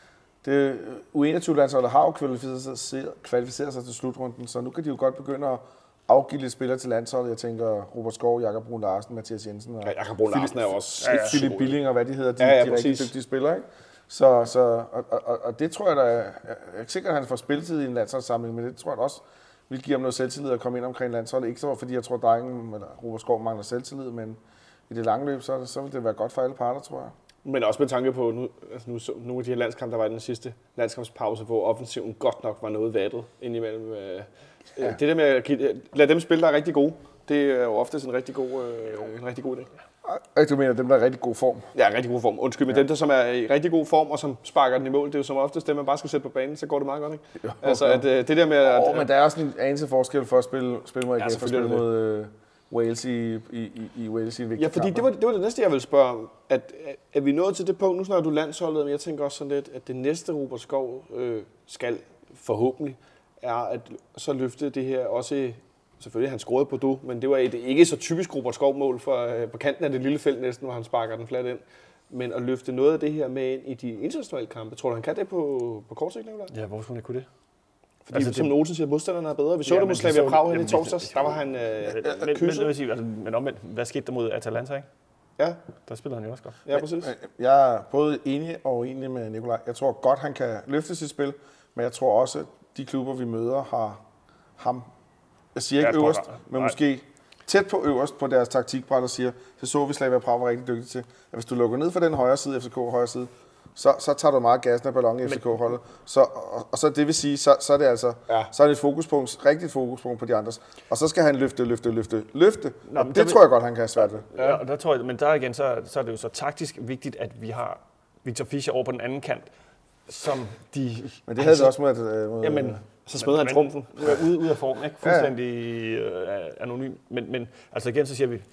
det, U enogtyve-landsholdet har jo kvalificeret sig, kvalificeret sig til slutrunden, så nu kan de jo godt begynde at afgive lidt spillere til landsholdet. Jeg tænker Robert Skov, Jakob Brun Larsen, Mathias Jensen og Ja, Jakob Brun Larsen er jo også... ja, ja. Philip Billing og hvad de hedder, de, Ja, ja, de præcis. rigtig dygtige spillere. Ikke? Så, så, og, og, og det tror jeg, der er, jeg er ikke sikker, at han får spilletid i en landsholdssamling, men det tror jeg også vil give ham noget selvtillid at komme ind omkring landsholdet. Ikke så fordi jeg tror, at drengen, eller Robert Skov mangler selvtillid, men i det lange løb, så, er det, så vil det være godt for alle parter, tror jeg. Men også med tanke på, nu, altså nu så, nogle af de her landskampe, der var i den sidste landskampspause, hvor offensiven godt nok var noget vattet indimellem. Øh, ja. Det der med at give, lad dem spille, der er rigtig gode, det er jo ofte en rigtig god, øh, en rigtig god idé. Og du mener, dem, der er i rigtig god form. Ja, rigtig god form. Undskyld, men ja. dem, der som er i rigtig god form, og som sparker den i mål, det er jo som oftest dem, man bare skal sætte på banen, så går det meget godt, ikke? Jo, altså, jo. at øh, det der med... At, Åh, men der er også en anelse forskel for at spille, spille mod A G F og selvfølgelig spille er mod øh, Wales i, i, i, i Wales i en vigtig Ja, fordi kamp, det var, det var det næste, jeg ville spørge om. At, at, at vi nået til det punkt, nu snakker du landsholdet, men jeg tænker også sådan lidt, at det næste Robert Skov øh, skal forhåbentlig, er at så løfte det her også, selvfølgelig han scorede på du, men det var et ikke så typisk Robert Skov-mål for, øh, på kanten af det lille felt næsten, hvor han sparker den flat ind. Men at løfte noget af det her med ind i de internationale kampe, tror du, han kan det på, på kort sigt, Nicolaj? Ja, hvorfor skulle han ikke kunne det? Fordi Altså, altså, som det- Olsen siger, modstanderne er bedre. Vi så Ja, det men mod vi Slavia så- Prag hen i jamen, vi- torsdags. Der var han øh, Men, men, kysset. det vil sige, altså, men omvendt, hvad skete der mod Atalanta, ikke? Ja, Der spillede han jo også godt. ja, præcis. Jeg er både enig og uenig med Nikolaj. Jeg tror godt, han kan løfte sit spil, men jeg tror også, at de klubber, vi møder, har ham, jeg siger ikke Ja, øverst, på- men nej. måske tæt på øverst på deres taktikbræt og siger, det så vi Slavia Prag var rigtig dygtige til, at hvis du lukker ned for den højre side, F C K højre side, så, så tager du meget gassen af ballonen i F C K-holdet. Så, og, og så det vil sige, så, så er det altså Ja. så er det et fokuspunkt, rigtigt fokuspunkt på de andres. Og så skal han løfte, løfte, løfte, løfte. Nå, Og men det der tror jeg godt, han kan have svært ved. Ja, og der tror jeg, men der igen, så, så er det jo så taktisk vigtigt, at vi har Victor Fischer over på den anden kant, som de... Men det havde det også mod, øh, mod Jamen, Så smed han men- trumfen. Nu er ude, ude af formen, ikke? Fuldstændig øh, anonym. Men, men altså igen, så siger vi,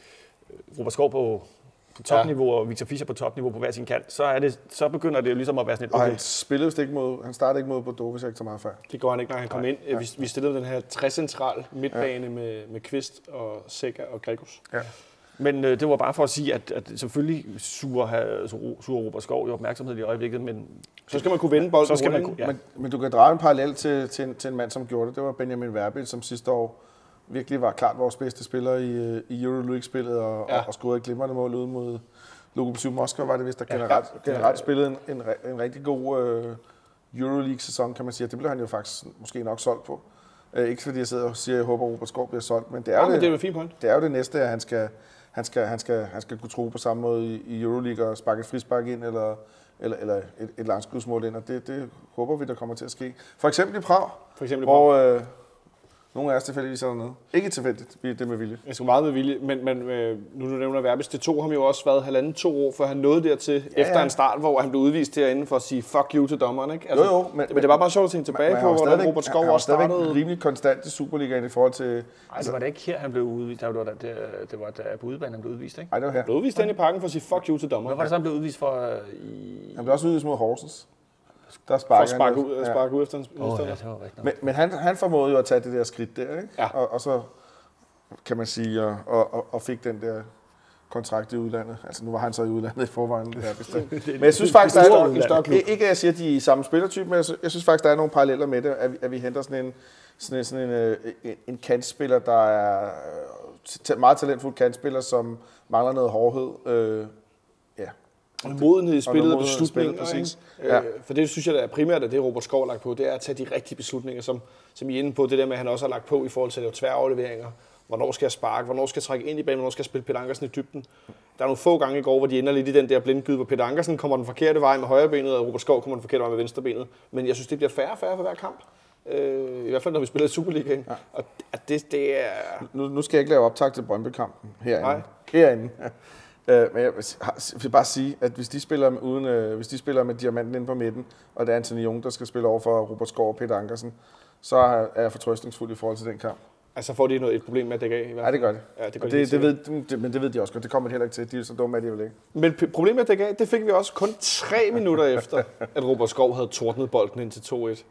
Robert Skov på, på topniveau, ja. og Victor Fischer på topniveau på hver sin kant, så, er det, så begynder det jo ligesom at være sådan et... Okay. Og han spillede ikke mod, han startede ikke mod Bordeaux, hvis jeg ikke så meget før. Det går han ikke, når han kom ind. Ja. Vi, vi stillede den her trecentral midtbane ja. med, med Kvist og Sækker og Gregus. Ja. Men øh, det var bare for at sige, at, at selvfølgelig suger, suger Robert Skov i opmærksomhed i øjeblikket, men... Så skal man kunne vende bolden. Så skal man kunne, ja. men, men du kan drage en parallel til, til, en, til en mand, som gjorde det. Det var Benjamin Verbild, som sidste år virkelig var klart vores bedste spiller i, i Euroleague-spillet og, ja. og, og scorede et glimrende mål ude mod Lokomotiv Moskva, var det vist, der generelt, ja. generelt spillede en, en, en rigtig god uh, Euroleague-sæson, kan man sige. Det blev han jo faktisk måske nok solgt på. Uh, ikke fordi jeg sidder og siger, at jeg håber, at Robert Skov bliver solgt, men det er, ja, jo, men det, det, er jo fint point. det er jo det næste, at han skal, han skal, han skal, han skal kunne tro på samme måde i, i Euroleague og sparke et frispark ind, eller, eller, eller et, et langskudsmål ind, og det, det håber vi, der kommer til at ske. For eksempel i Prag, For eksempel i hvor... Prag. Uh, Nogle af os tilfældigvis er dernede. Ikke tilfældigt, det er med vilje. Jeg skulle meget med vilje, men, men øh, nu du nævner Verbis, det tog ham jo også været halvanden to år, før han nåede dertil, ja, efter ja. en start, hvor han blev udvist herinde for at sige fuck you til dommeren, ikke? Altså, jo, jo. Men, men det var bare sjovt at tænke tilbage man, på, hvordan Robert Skov også startede. Han var rimelig konstant i Superligaen i forhold til... Nej, altså, det var det ikke her, han blev udvist. Det var da, det, det var da på udebane, han blev udvist, ikke? Nej, det var her. Han blev udvist inde i parken for at sige fuck you til dommeren. Hvad var det så, han blev udvist for øh, i... Han blev også udvist mod Horsens. Der for at sparke ud, ja. sparke ud efter hans oh, ja, det var rigtigt. Men, men han, han formåede jo at tage det der skridt der, ikke? Ja. Og, og så kan man sige, og, og, og fik den der kontrakt i udlandet. Altså nu var han så i udlandet i forvejen. Der bestemt. Men jeg synes faktisk, der er en større klub. Ikke at jeg siger, at de er i samme spillertype, men jeg synes faktisk, der er nogle paralleller med det, at vi, at vi henter sådan en, sådan en, sådan en, en, en kantspiller, der er meget talentfuld kantspiller, som mangler noget hårdhed. Øh, ja. Og modenhed i spillet og beslutninger, præcis. Ja. Øh, for det synes jeg, der er primært, at det Robert Skov har lagt på, det er at tage de rigtige beslutninger, som, som I er inde på, det der med, at han også har lagt på i forhold til at lave tværafleveringer. Hvornår skal jeg sparke? Hvornår skal jeg trække ind i banen? Hvornår skal jeg spille Peter Ankersen i dybden? Der er nogle få gange i går, hvor de ender lidt i den der blindgyde, hvor Peter Ankersen kommer den forkerte vej med højrebenet, og Robert Skov kommer den forkerte vej med venstrebenet. Men jeg synes, det bliver færre og færre for hver kamp. Øh, I hvert fald, når vi spiller i Superligaen. Ja. Og det, det er... Nu, nu skal jeg ikke lave optag til Brøndby-kampen herinde. Nej. Herinde. Uh, men jeg vil bare sige, at hvis de spiller med, uden, uh, hvis de spiller med diamanten inde på midten, og det er Anthony Jung, der skal spille over for Robert Skov og Peter Ankersen, så er jeg fortrøstningsfuld i forhold til den kamp. Altså får de noget, et problem med at dække af? I hvert fald. Ja, det gør det. Ja, det, gør det, det, ved, det, men det ved de også godt. Det kommer de heller ikke til. De er så dumme, at de vil ikke. Men problemet med at dække af, det fik vi også kun tre minutter efter, at Robert Skov havde tordnet bolden ind til to et.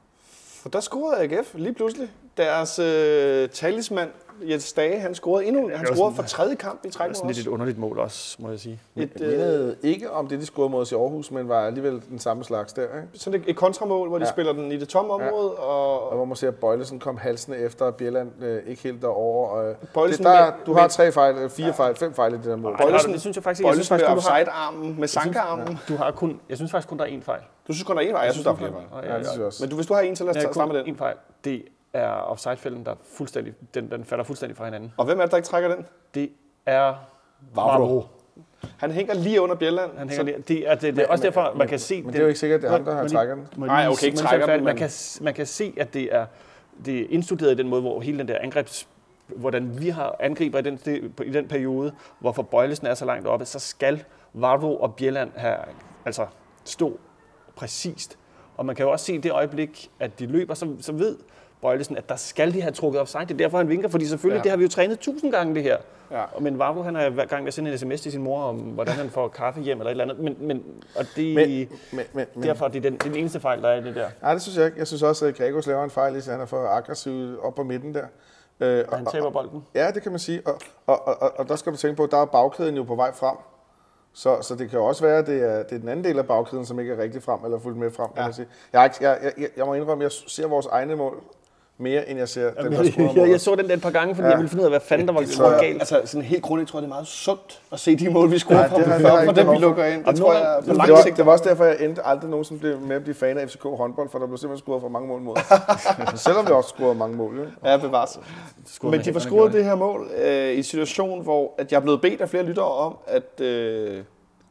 For der scorede A G F lige pludselig. Deres øh, talismand, Jens Dage, han scorede endnu. Han scorede for tredje kamp i træk. Det er sådan lidt et underligt mål også, må jeg sige. Et, jeg mindede ikke om det, de scorede mod os i Aarhus, men var alligevel den samme slags der, ikke? Sådan et, et kontramål, hvor de ja. spiller den i det tomme område. Ja. Og, og hvor man ser, at Bøjlesen kom halsende efter, at Bjelland øh, ikke helt derover. Og, Bøjlesen det, der, med, du har tre fejl, fire ja. fejl, fem fejl i det der mål. Bøjlesen, det synes jeg faktisk ikke. Bøjlesen med offside-armen, med sankerarmen. Ja. Du har kun, jeg synes faktisk kun, der er én fejl. Du synes kun, der er én fejl? Jeg synes, der er flere fejl. Ja, det synes jeg også. Men du, hvis du har en, så lad os starte med den. En fejl. Det er offside-fælden, der fuldstændig, den, den falder fuldstændig fra hinanden. Og hvem er det, der ikke trækker den? Det er Vavro. Han hænger lige under Bjelland. Han hænger lige. Det er, det, det er også derfor, man kan se... Men det er jo ikke sikkert, at det er ham, der har trækket den. Nej, okay, ikke trækker den. Man kan, man kan se, at det er, det er indstuderet i den måde, hvor hele den der angrebs... Hvordan vi har angriber i den, i den periode, hvorfor Bøjlesen er så langt oppe, så skal Vavro og Bjelland have, altså stå præcist. Og man kan jo også se i det øjeblik, at de løber, så, så ved Bøjlesen, at der skal de have trukket offside. Det er derfor, han vinker, fordi selvfølgelig, ja. det har vi jo trænet tusind gange, det her. Ja. Men Vavro, han er hver gang ved at sende en sms til sin mor, om hvordan han får kaffe hjem eller et eller andet. Men, men, og det, men, men, men, derfor det er den, den eneste fejl, der er i det der. Nej, det synes jeg ikke. Jeg synes også, at Gregos laver en fejl, så han er for aggressiv op på midten der. Øh, og han taber bolden. Ja, det kan man sige. Og, og, og, og, og der skal du tænke på, at der er bagkæden jo på vej frem. Så, så det kan jo også være, at det er, det er den anden del af bagkæden, som ikke er rigtig frem, eller fuldt med frem, kan ja. man sige. Jeg, jeg, jeg, jeg må indrømme, at jeg ser vores egne mål mere, end jeg ser Jamen, den, der scorer mål. Jeg, jeg så den et par gange, fordi ja. jeg ville finde ud af, hvad fanden der var, det, var galt. Altså, sådan helt grundigt tror jeg, det er meget sundt at se de mål, vi scorer fra, før for dem, vi lukker ind. Det, tror jeg, det, var, det var også derfor, jeg endte aldrig nogensinde blev med at blive fan af F C K håndbold, for der blev simpelthen scoret for mange mål mod os. Selvom vi også scorede mange mål. Jo. Ja, bevares. Men de får scoret det her mål øh, i en situation, hvor at jeg er blevet bedt af flere lyttere om, at øh,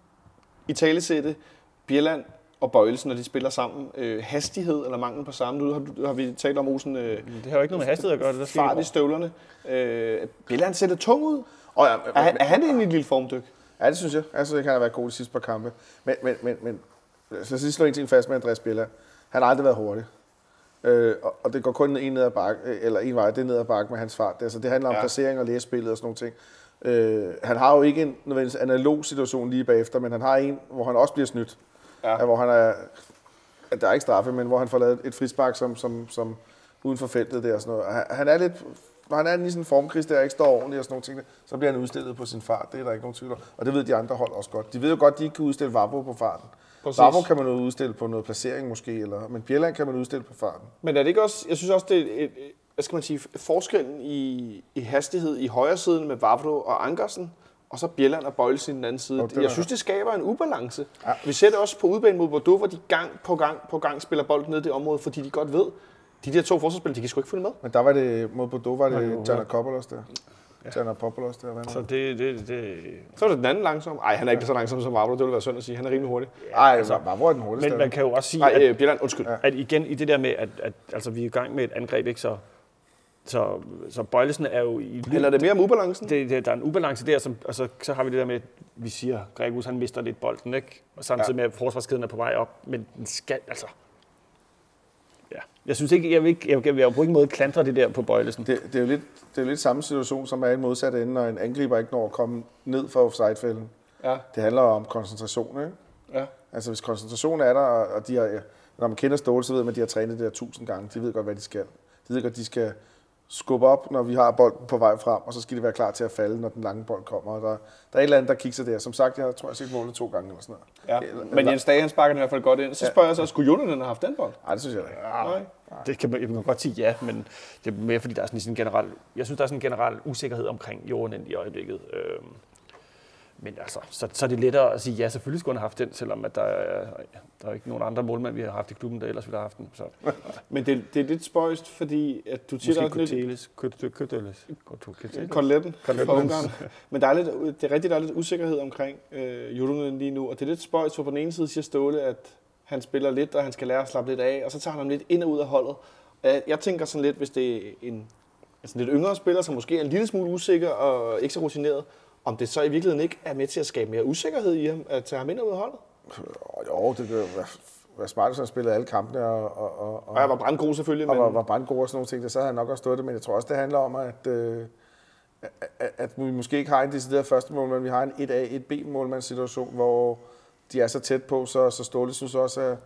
i talesætte Bjelland og Bøjlesen, når de spiller sammen. Øh, hastighed eller mangel på samme. Nu har, har vi talt om Olsen. Øh, det har jo ikke noget med hastighed at gøre. Det der fart i støvlerne. Øh, Bjelland ser lidt tung ud. Oh, ja, men, er, han, er han egentlig et lille formdyk? Ja, det synes jeg. Jeg synes, det kan have været god de sidste par kampe. Men, men, men, men så skal slå en ting fast med Andreas Bjelland. Han har aldrig været hurtig. Øh, og, og det går kun en ned ad bakke, eller en vej, det er ned ad bakke med hans fart. Altså, det handler om ja. placering og læsespillet og sådan nogle ting. Øh, han har jo ikke en nødvendigvis analog situation lige bagefter, men han har en, hvor han også bliver snydt. Ja. Ja, hvor han er, at der er ikke straffe, men hvor han får lavet et frispark som, som, som uden for feltet der og sådan noget. Han, han er lidt, når han er i sådan en formkris der, ikke står ordentligt og sådan nogle ting, så bliver han udstillet på sin fart. Det er der ikke nogen tvivl om. Og det ved de andre hold også godt. De ved jo godt, at de ikke kan udstille Vavro på farten. Vavro kan man jo udstille på noget placering måske, eller, men Bjelland kan man udstille på farten. Men er det ikke også, jeg synes også, det er et, hvad skal man sige, forskellen i, i hastighed i højre siden med Vavro og Ankersen, og så Bjelland og Boilesen i den anden side. Jeg synes, det skaber en ubalance. Ja. Vi ser det også på udbanen mod Bordeaux, hvor de gang på gang på gang spiller bolden ned i det område, fordi de godt ved, de der to forsvarsspillere, de kan sgu ikke følge med. Men der var det, mod Bordeaux var det Giannakopoulos der. Ja. Giannakopoulos der. Hvad så det, det, det... Så er det den anden langsom. Nej, han er ikke så langsom som Vavro, det ville være synd at sige. Han er rimelig hurtig. Nej, altså, Vavro er den hurtigste. Men man kan jo også sige, Ej, at, Bjelland, undskyld. Ja. At igen i det der med, at, at altså, vi er i gang med et angreb, ikke så... Så, så Boilesen er jo i... Eller er det mere om ubalancen? Det, det, der er en ubalance der, som, og så, så har vi det der med, at vi siger, Gregus han mister lidt bolden, ikke? Og samtidig ja. med, at forsvarskæden er på vej op. Men den skal, altså... Ja. Jeg synes ikke, jeg vil, ikke, jeg vil, jeg vil på ingen måde klandre det der på Boilesen. Det, det, er jo lidt, det er jo lidt samme situation, som er i en modsat ende, når en angriber ikke når at komme ned fra offside-fælden. Ja. Det handler om koncentration, ikke? Ja. Altså hvis koncentrationen er der, og de har, når man kender Ståle, så ved man, at de har trænet det der tusind gange. De ved godt, hvad de skal. De ved godt, de skal skubbe op, når vi har bolden på vej frem, og så skal de være klar til at falde, når den lange bold kommer. Og der, der er et eller andet, der kigger der. Som sagt, jeg tror, jeg har set målet to gange eller sådan noget. Ja. Eller, men Jens Dage, han sparker den i hvert fald godt ind. Så spørger ja. jeg så, skulle Julian have haft den bold? Nej, det synes jeg ikke. Ja, nej. Det kan man, jeg kan godt sige ja, men det er mere fordi, der er sådan en generel, jeg synes, der er sådan en generel usikkerhed omkring Julian i øjeblikket. Øhm, men altså, så, så er det lettere at sige, ja, selvfølgelig skulle han have haft den, selvom at der er, der er ikke nogen andre målmænd, vi har haft i klubben, der ellers ville have haft den. Så. Men det, det er lidt spøjst, fordi at du siger, måske Koteles, Koteles, Koteletten fra Ungarn. Men der er lidt, det er rigtigt, der er lidt usikkerhed omkring øh, Julian lige nu, og det er lidt spøjst, for på den ene side siger Ståle, at han spiller lidt, og han skal lære at slappe lidt af, og så tager han ham lidt ind og ud af holdet. Jeg tænker sådan lidt, hvis det er en altså lidt yngre spiller, som måske er en lille smule usikker og ikke så rutineret, om det så i virkeligheden ikke er med til at skabe mere usikkerhed i ham, at tage ham ind og ud af holdet? Jo, det kan være, være smart, hvis han spillede alle kampene. Og, og, og, og jeg var brandgod selvfølgelig. Og men... var, var brandgod og sådan nogle ting, så havde han nok også stået det, men jeg tror også, det handler om, at, øh, at, at vi måske ikke har en decideret første mål, men vi har en et A, et B målmandssituation, hvor de er så tæt på, så, så Ståle synes også, at,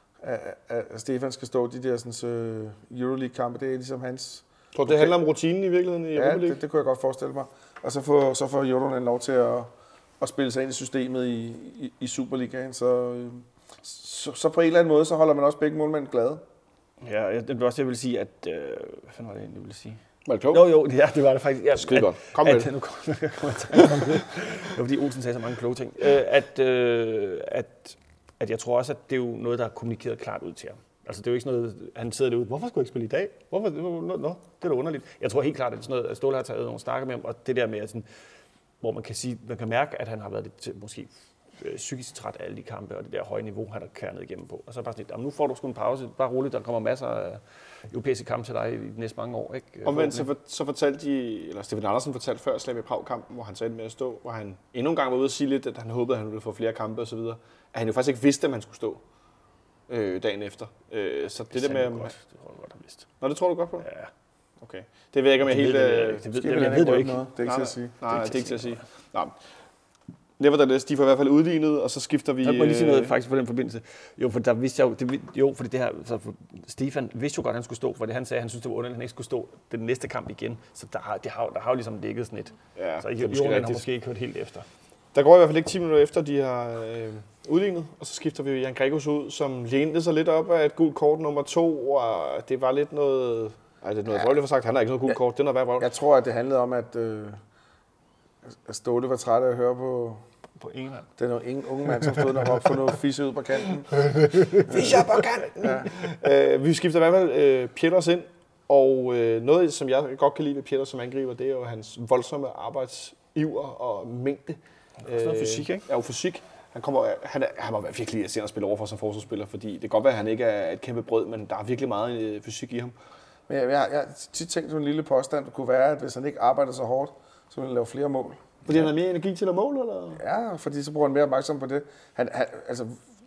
at, at Stefan skal stå de der sådan, uh, Euroleague-kampe. Det er ligesom hans... Tror du, det handler om rutinen i virkeligheden i ja, Europa League? Ja, det, det kunne jeg godt forestille mig. Og så får, så får Jolonen lov til at, at spille sig ind i systemet i, i, i Superligaen. Så, så, så på en eller anden måde, så holder man også begge målmænd glade. Ja, det var også, jeg vil sige, at... Øh, hvad fanden var det egentlig, jeg ville sige? Var det klogt? Jo, jo, ja, det var det faktisk. Ja, skide godt. Kom med det. Nu kommer jeg til at komme med. Det var fordi Olsen sagde så mange kloge ting. Øh, at, øh, at, at jeg tror også, at det er jo noget, der er kommunikeret klart ud til ham. Altså det er jo ikke sådan noget, han sidder derude, hvorfor skulle jeg ikke spille i dag? Hvorfor? Nå, nå, det er da underligt. Jeg tror helt klart, at det er sådan noget, at Ståle har taget nogle snakker med ham, og det der med, at sådan, hvor man kan sige, man kan mærke, at han har været lidt måske øh, psykisk træt af alle de kampe, og det der høje niveau, han har kærnet igennem på. Og så bare sådan lidt, nu får du sgu en pause, bare roligt, der kommer masser af europæiske kampe til dig i de næste mange år. Ikke? Omvendt så, for, så fortalte de, eller Stefan Andersen fortalte før Slavia Prag-kampen, hvor han sagde med at stå, hvor han endnu en gang var ude at sige lidt, at han håbede, at han ville få flere kampe og så videre, at han jo faktisk ikke vidste, at man skulle stå øh, dagen efter. Øh, så det, det der med... Godt. Det tror jeg godt, han vidste. Nå, det tror du godt på? Ja. Okay. Det ved jeg ikke, om jeg helt... Det, det, det, det, det, jeg ved det jo ikke. Noget. Det er ikke til at sige. Nej, det er ikke til at sige. Nej. Nevertheless, de får i hvert fald udlignet, og så skifter vi... Jeg må lige sige noget faktisk på den forbindelse. Jo, for der vidste jeg jo... Det, jo, fordi det her... Så Stefan vidste jo godt, at han skulle stå, for det han sagde, han synes, det var underligt, at han ikke skulle stå den næste kamp igen. Så der har, det har, der har jo ligesom ligget sådan et... Ja, så Jordan har måske ikke hørt helt efter. Der går i hvert fald ikke ti minutter efter, de har øh, udlignet, og så skifter vi Jan Gregus ud, som lænede sig lidt op af et gult kort nummer to, og det var lidt noget... Ej, det er noget ja. Vrøvligt for sagt, han har ikke noget gult kort, det er noget værd vrøvligt. Jeg tror, at det handlede om, at, øh, at Ståle var træt af at høre på... På England. Det er en unge mand, som stod der op for noget fisse ud på kanten. Fisse på kanten! Ja. Øh, vi skifter i hvert fald øh, Pieters ind, og øh, noget, som jeg godt kan lide ved Pieters som angriber, det er jo hans voldsomme arbejdsiver og mængde. Det er noget fysik, ikke? Ja, jo fysik. Han, kommer, han, er, han må være virkelig irriterende at spille over for som forsvarsspiller, fordi det kan godt være, at han ikke er et kæmpe brød, men der er virkelig meget øh, fysik i ham. Men jeg, jeg, jeg har tit tænkt på en lille påstand, det kunne være, at hvis han ikke arbejder så hårdt, så ville han lave flere mål. Fordi han har mere energi til at måle, eller? Ja, fordi så bruger han mere opmærksom på det. Han, han, altså,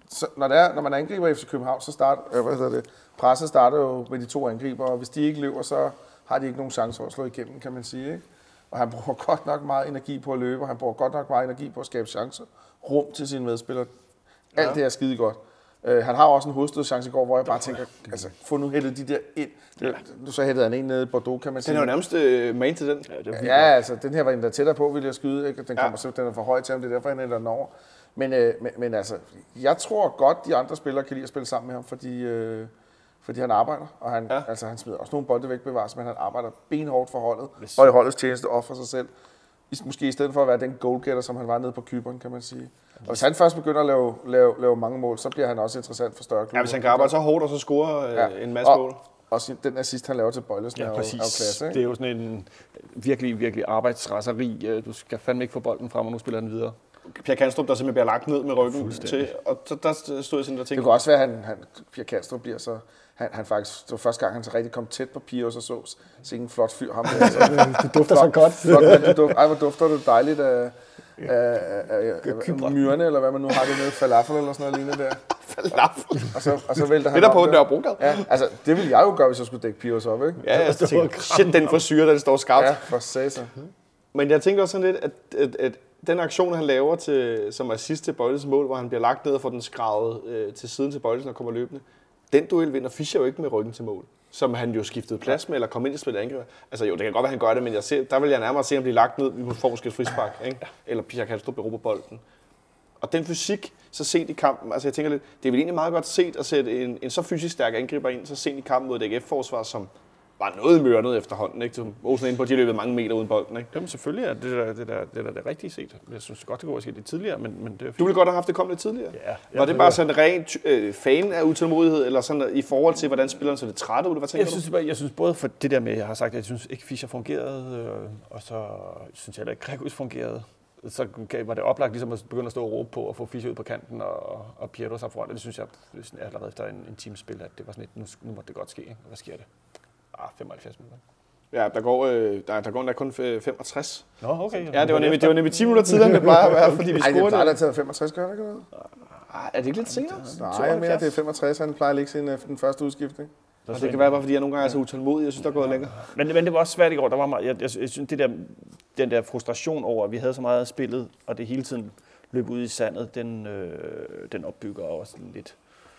så, når, det er, når man angriber F C København, så starter, øh, hvad hedder det, presset starter jo med de to angriber, og hvis de ikke løber, så har de ikke nogen chance for at slå igennem, kan man sige. Ikke? Og han bruger godt nok meget energi på at løbe, og han bruger godt nok meget energi på at skabe chancer. Rum til sine medspillere. Alt ja. det er skide godt. Uh, han har også en hovedstødschance i går, hvor jeg bare tænker, altså, få nu hættet de der ind. Ja. Så hættede han en nede i Bordeaux, kan man sige. Den er jo nærmest uh, main til den. Ja, det ja, altså, den her var endda tættere på, ville jeg skyde. Ikke? Den, kommer, ja. den er for høj til ham, det er derfor, han ender den over. Men, uh, men, men altså, jeg tror godt, de andre spillere kan lide at spille sammen med ham, fordi, uh, fordi han arbejder. Og han, ja. altså, han smider også nogle bolde væk bevares, men han arbejder benhårdt for holdet. Hvis. Og i holdets tjeneste offrer sig selv. Måske i stedet for at være den goalgetter, som han var nede på Cypern, kan man sige. Og hvis han først begynder at lave, lave, lave mange mål, så bliver han også interessant for større klubber. Ja, hvis han kan arbejde så hårdt og så score ja. en masse og, mål. Og den assist, han laver til Bøjlesen, ja, er, præcis. er jo klasse. Ikke? Det er jo sådan en virkelig, virkelig arbejdsraseri. Du skal fandme ikke få bolden frem, og nu spiller den videre. Pierre Kanstrup, der simpelthen bliver lagt ned med ryggen til, og så der stod jeg sådan der ting. Det kan også være, at han, han, Pierre Kanstrup bliver så... Han, han faktisk, det var første gang, han så rigtig kom tæt på Pius og så, så en flot fyr ham. Der, så, det dufter så godt. Flot, det duft, ej, hvor dufter det dejligt af, af, af, af myrerne, eller hvad man nu har det med, falafel eller sådan noget lignende der. Falafel? Og så, og så vælter han det der på Nørrebrogade. Ja, altså det ville jeg jo gøre, hvis jeg skulle dække Pius op, ikke? Ja, jeg tænker, shit, den frisyre, der står skarpt. Ja, for satan. Men jeg tænker også sådan lidt, at, at, at den aktion, han laver til, som assist til Bøjlesens mål, hvor han bliver lagt ned og får den skravet øh, til siden til Bøjlesen og kommer løbende, den duel vinder Fischer jo ikke med ryggen til mål, som han jo skiftede plads med, eller kom ind i spillet angriber. Altså jo, det kan godt være, han gør det, men jeg ser, der vil jeg nærmere se ham blive lagt ned, vi får måske et frispark, ikke? Eller Pierre Kanstrup på bolden. Og den fysik, så set i kampen, altså jeg tænker lidt, det er vel egentlig meget godt set at sætte en, en så fysisk stærk angriber ind, så sent i kampen mod et A G F-forsvar, som var noget mørnet efterhånden, ikke? Som Olsen inde på, de løbet mange meter uden bolden, ikke? Jamen selvfølgelig er det der det, der, det, der, det rigtige set. Jeg synes godt, det kunne have sket lidt tidligere, men, men det er Du ville godt have haft det kommet lidt tidligere? Ja. Var det bare sådan en ren øh, fan af utålmodighed, eller sådan i forhold til, hvordan spilleren så det trætte ud? Hvad tænker jeg synes, du? Jeg synes både for det der med, jeg har sagt, at jeg synes ikke Fischer fungerede, øh, og så synes jeg heller ikke Gregus fungerede. Så var det oplagt ligesom at begynde at stå og råbe på og få Fischer ud på kanten og, og Pietros op foran. Det synes jeg allerede efter en, en teamspil, at det var sådan et, nu, nu må det godt ske. Ikke? Hvad sker det? Ah, femoghalvfjerds minutter. Ja, der går, øh, der, der går der kun femogtres. Nå, okay. Ja, det var nemlig, det var nemlig ti minutter tidligere, end det plejer at være, fordi vi scorede det. Ej, det plejer det. at tage femogtres, gør det ikke noget? Er det ikke lidt senere? Nej, jeg mener, det er femogtres, han plejer at ligge siden den første udskiftning. Og det kan være bare, fordi jeg nogle gange er så utålmodig. Jeg synes, der er gået længere. Men, men det var også svært i går. Der var meget, jeg, jeg, jeg synes, det der, den der frustration over, at vi havde så meget af spillet, og det hele tiden løb ud i sandet, den, øh, den opbygger også lidt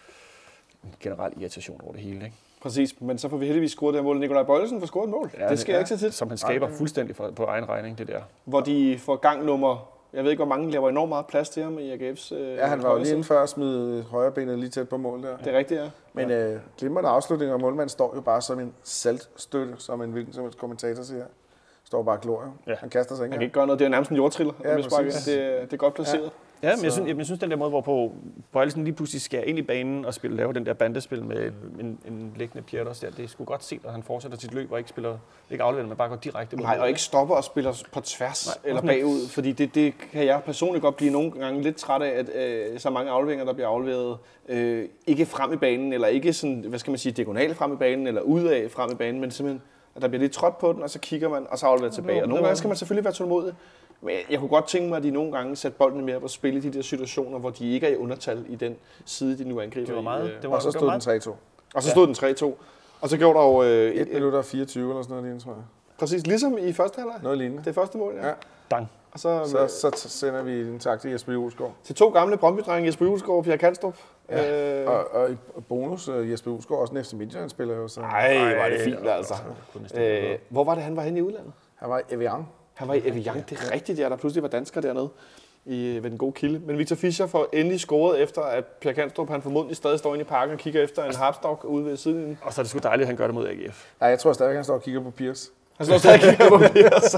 en generel irritation over det hele, ikke? Præcis, men så får vi heldigvis scoret det her mål. Nikolaj Bøjlesen får scoret et mål. Ja, det sker ja, ikke så tit. Som han skaber fuldstændig for, på egen regning, det der. Hvor de får gang nummer... Jeg ved ikke, hvor mange laver enormt meget plads til ham i A G F's... Øh, ja, han var jo lige inden før at smide højrebenet lige tæt på mål der. Det er rigtigt, ja. Men ja. øh, glimrende afslutning, og målmanden står jo bare som en saltstøtte, som en hvilken som en kommentator siger. Står bare og glor jo. Ja. Han kaster sig ikke. Han kan ikke gøre noget. Det er nærmest en jordtriller. Ja, det, det er godt placeret. Ja. Ja, men jeg synes, jeg synes, den der måde, hvorpå Bøjlesen lige pludselig skal ind i banen og spille, lave den der bandespil med en, en liggende Pietros der, det er sgu godt set, at han fortsætter sit løb og ikke spiller, ikke afleverer, men bare går direkte mod. Nej, og ikke stopper og spiller på tværs Nej, eller bagud, fordi det, det kan jeg personligt godt blive nogle gange lidt træt af, at øh, så mange afleveringer, der bliver afleveret, øh, ikke frem i banen, eller ikke sådan, hvad skal man sige, diagonalt frem i banen, eller udad frem i banen, men simpelthen, at der bliver lidt trådt på den, og så kigger man, og så afleverer tilbage. Og nogle gange skal man selvfølgelig være tålmodig. Men jeg kunne godt tænke mig, at de nogle gange satte bolden mere på spil i de der situationer, hvor de ikke er i undertal i den side, de nu angriber. Det var meget, i, det var, og så stod den tre to. Og så stod ja. den tre to. Og så gjorde der jo... Øh, et minut og fireogtyve eller sådan noget lignende, tror jeg. Præcis, ligesom i første halvleg. Noget lignende. Det første mål, ja. ja. Dang. Og så, så, så, så sender vi en tak til Jesper Julesgaard. Til to gamle Brøndby-drenge, Jesper Julesgaard og Pierre Kanstrup. Ja. Øh, og, og, og bonus, Jesper Julesgaard, også en F C Midtjylland spiller jo. Så. Ej, var det fint altså. Øh, hvor var det, han var henne i udlandet? Han var i Evian. Han var i Evian, det er rigtigt, ja. Der pludselig var danskere dernede i, ved den gode kilde. Men Victor Fischer får endelig scoret efter, at Pierre Kanstrup, han formodentlig stadig står inde i parken og kigger efter en harpstok ude ved siden. Og så er det sgu dejligt, at han gør det mod A G F. Nej, jeg tror stadig, han står og kigger på Piers. Han står stadig og kigger på Piers.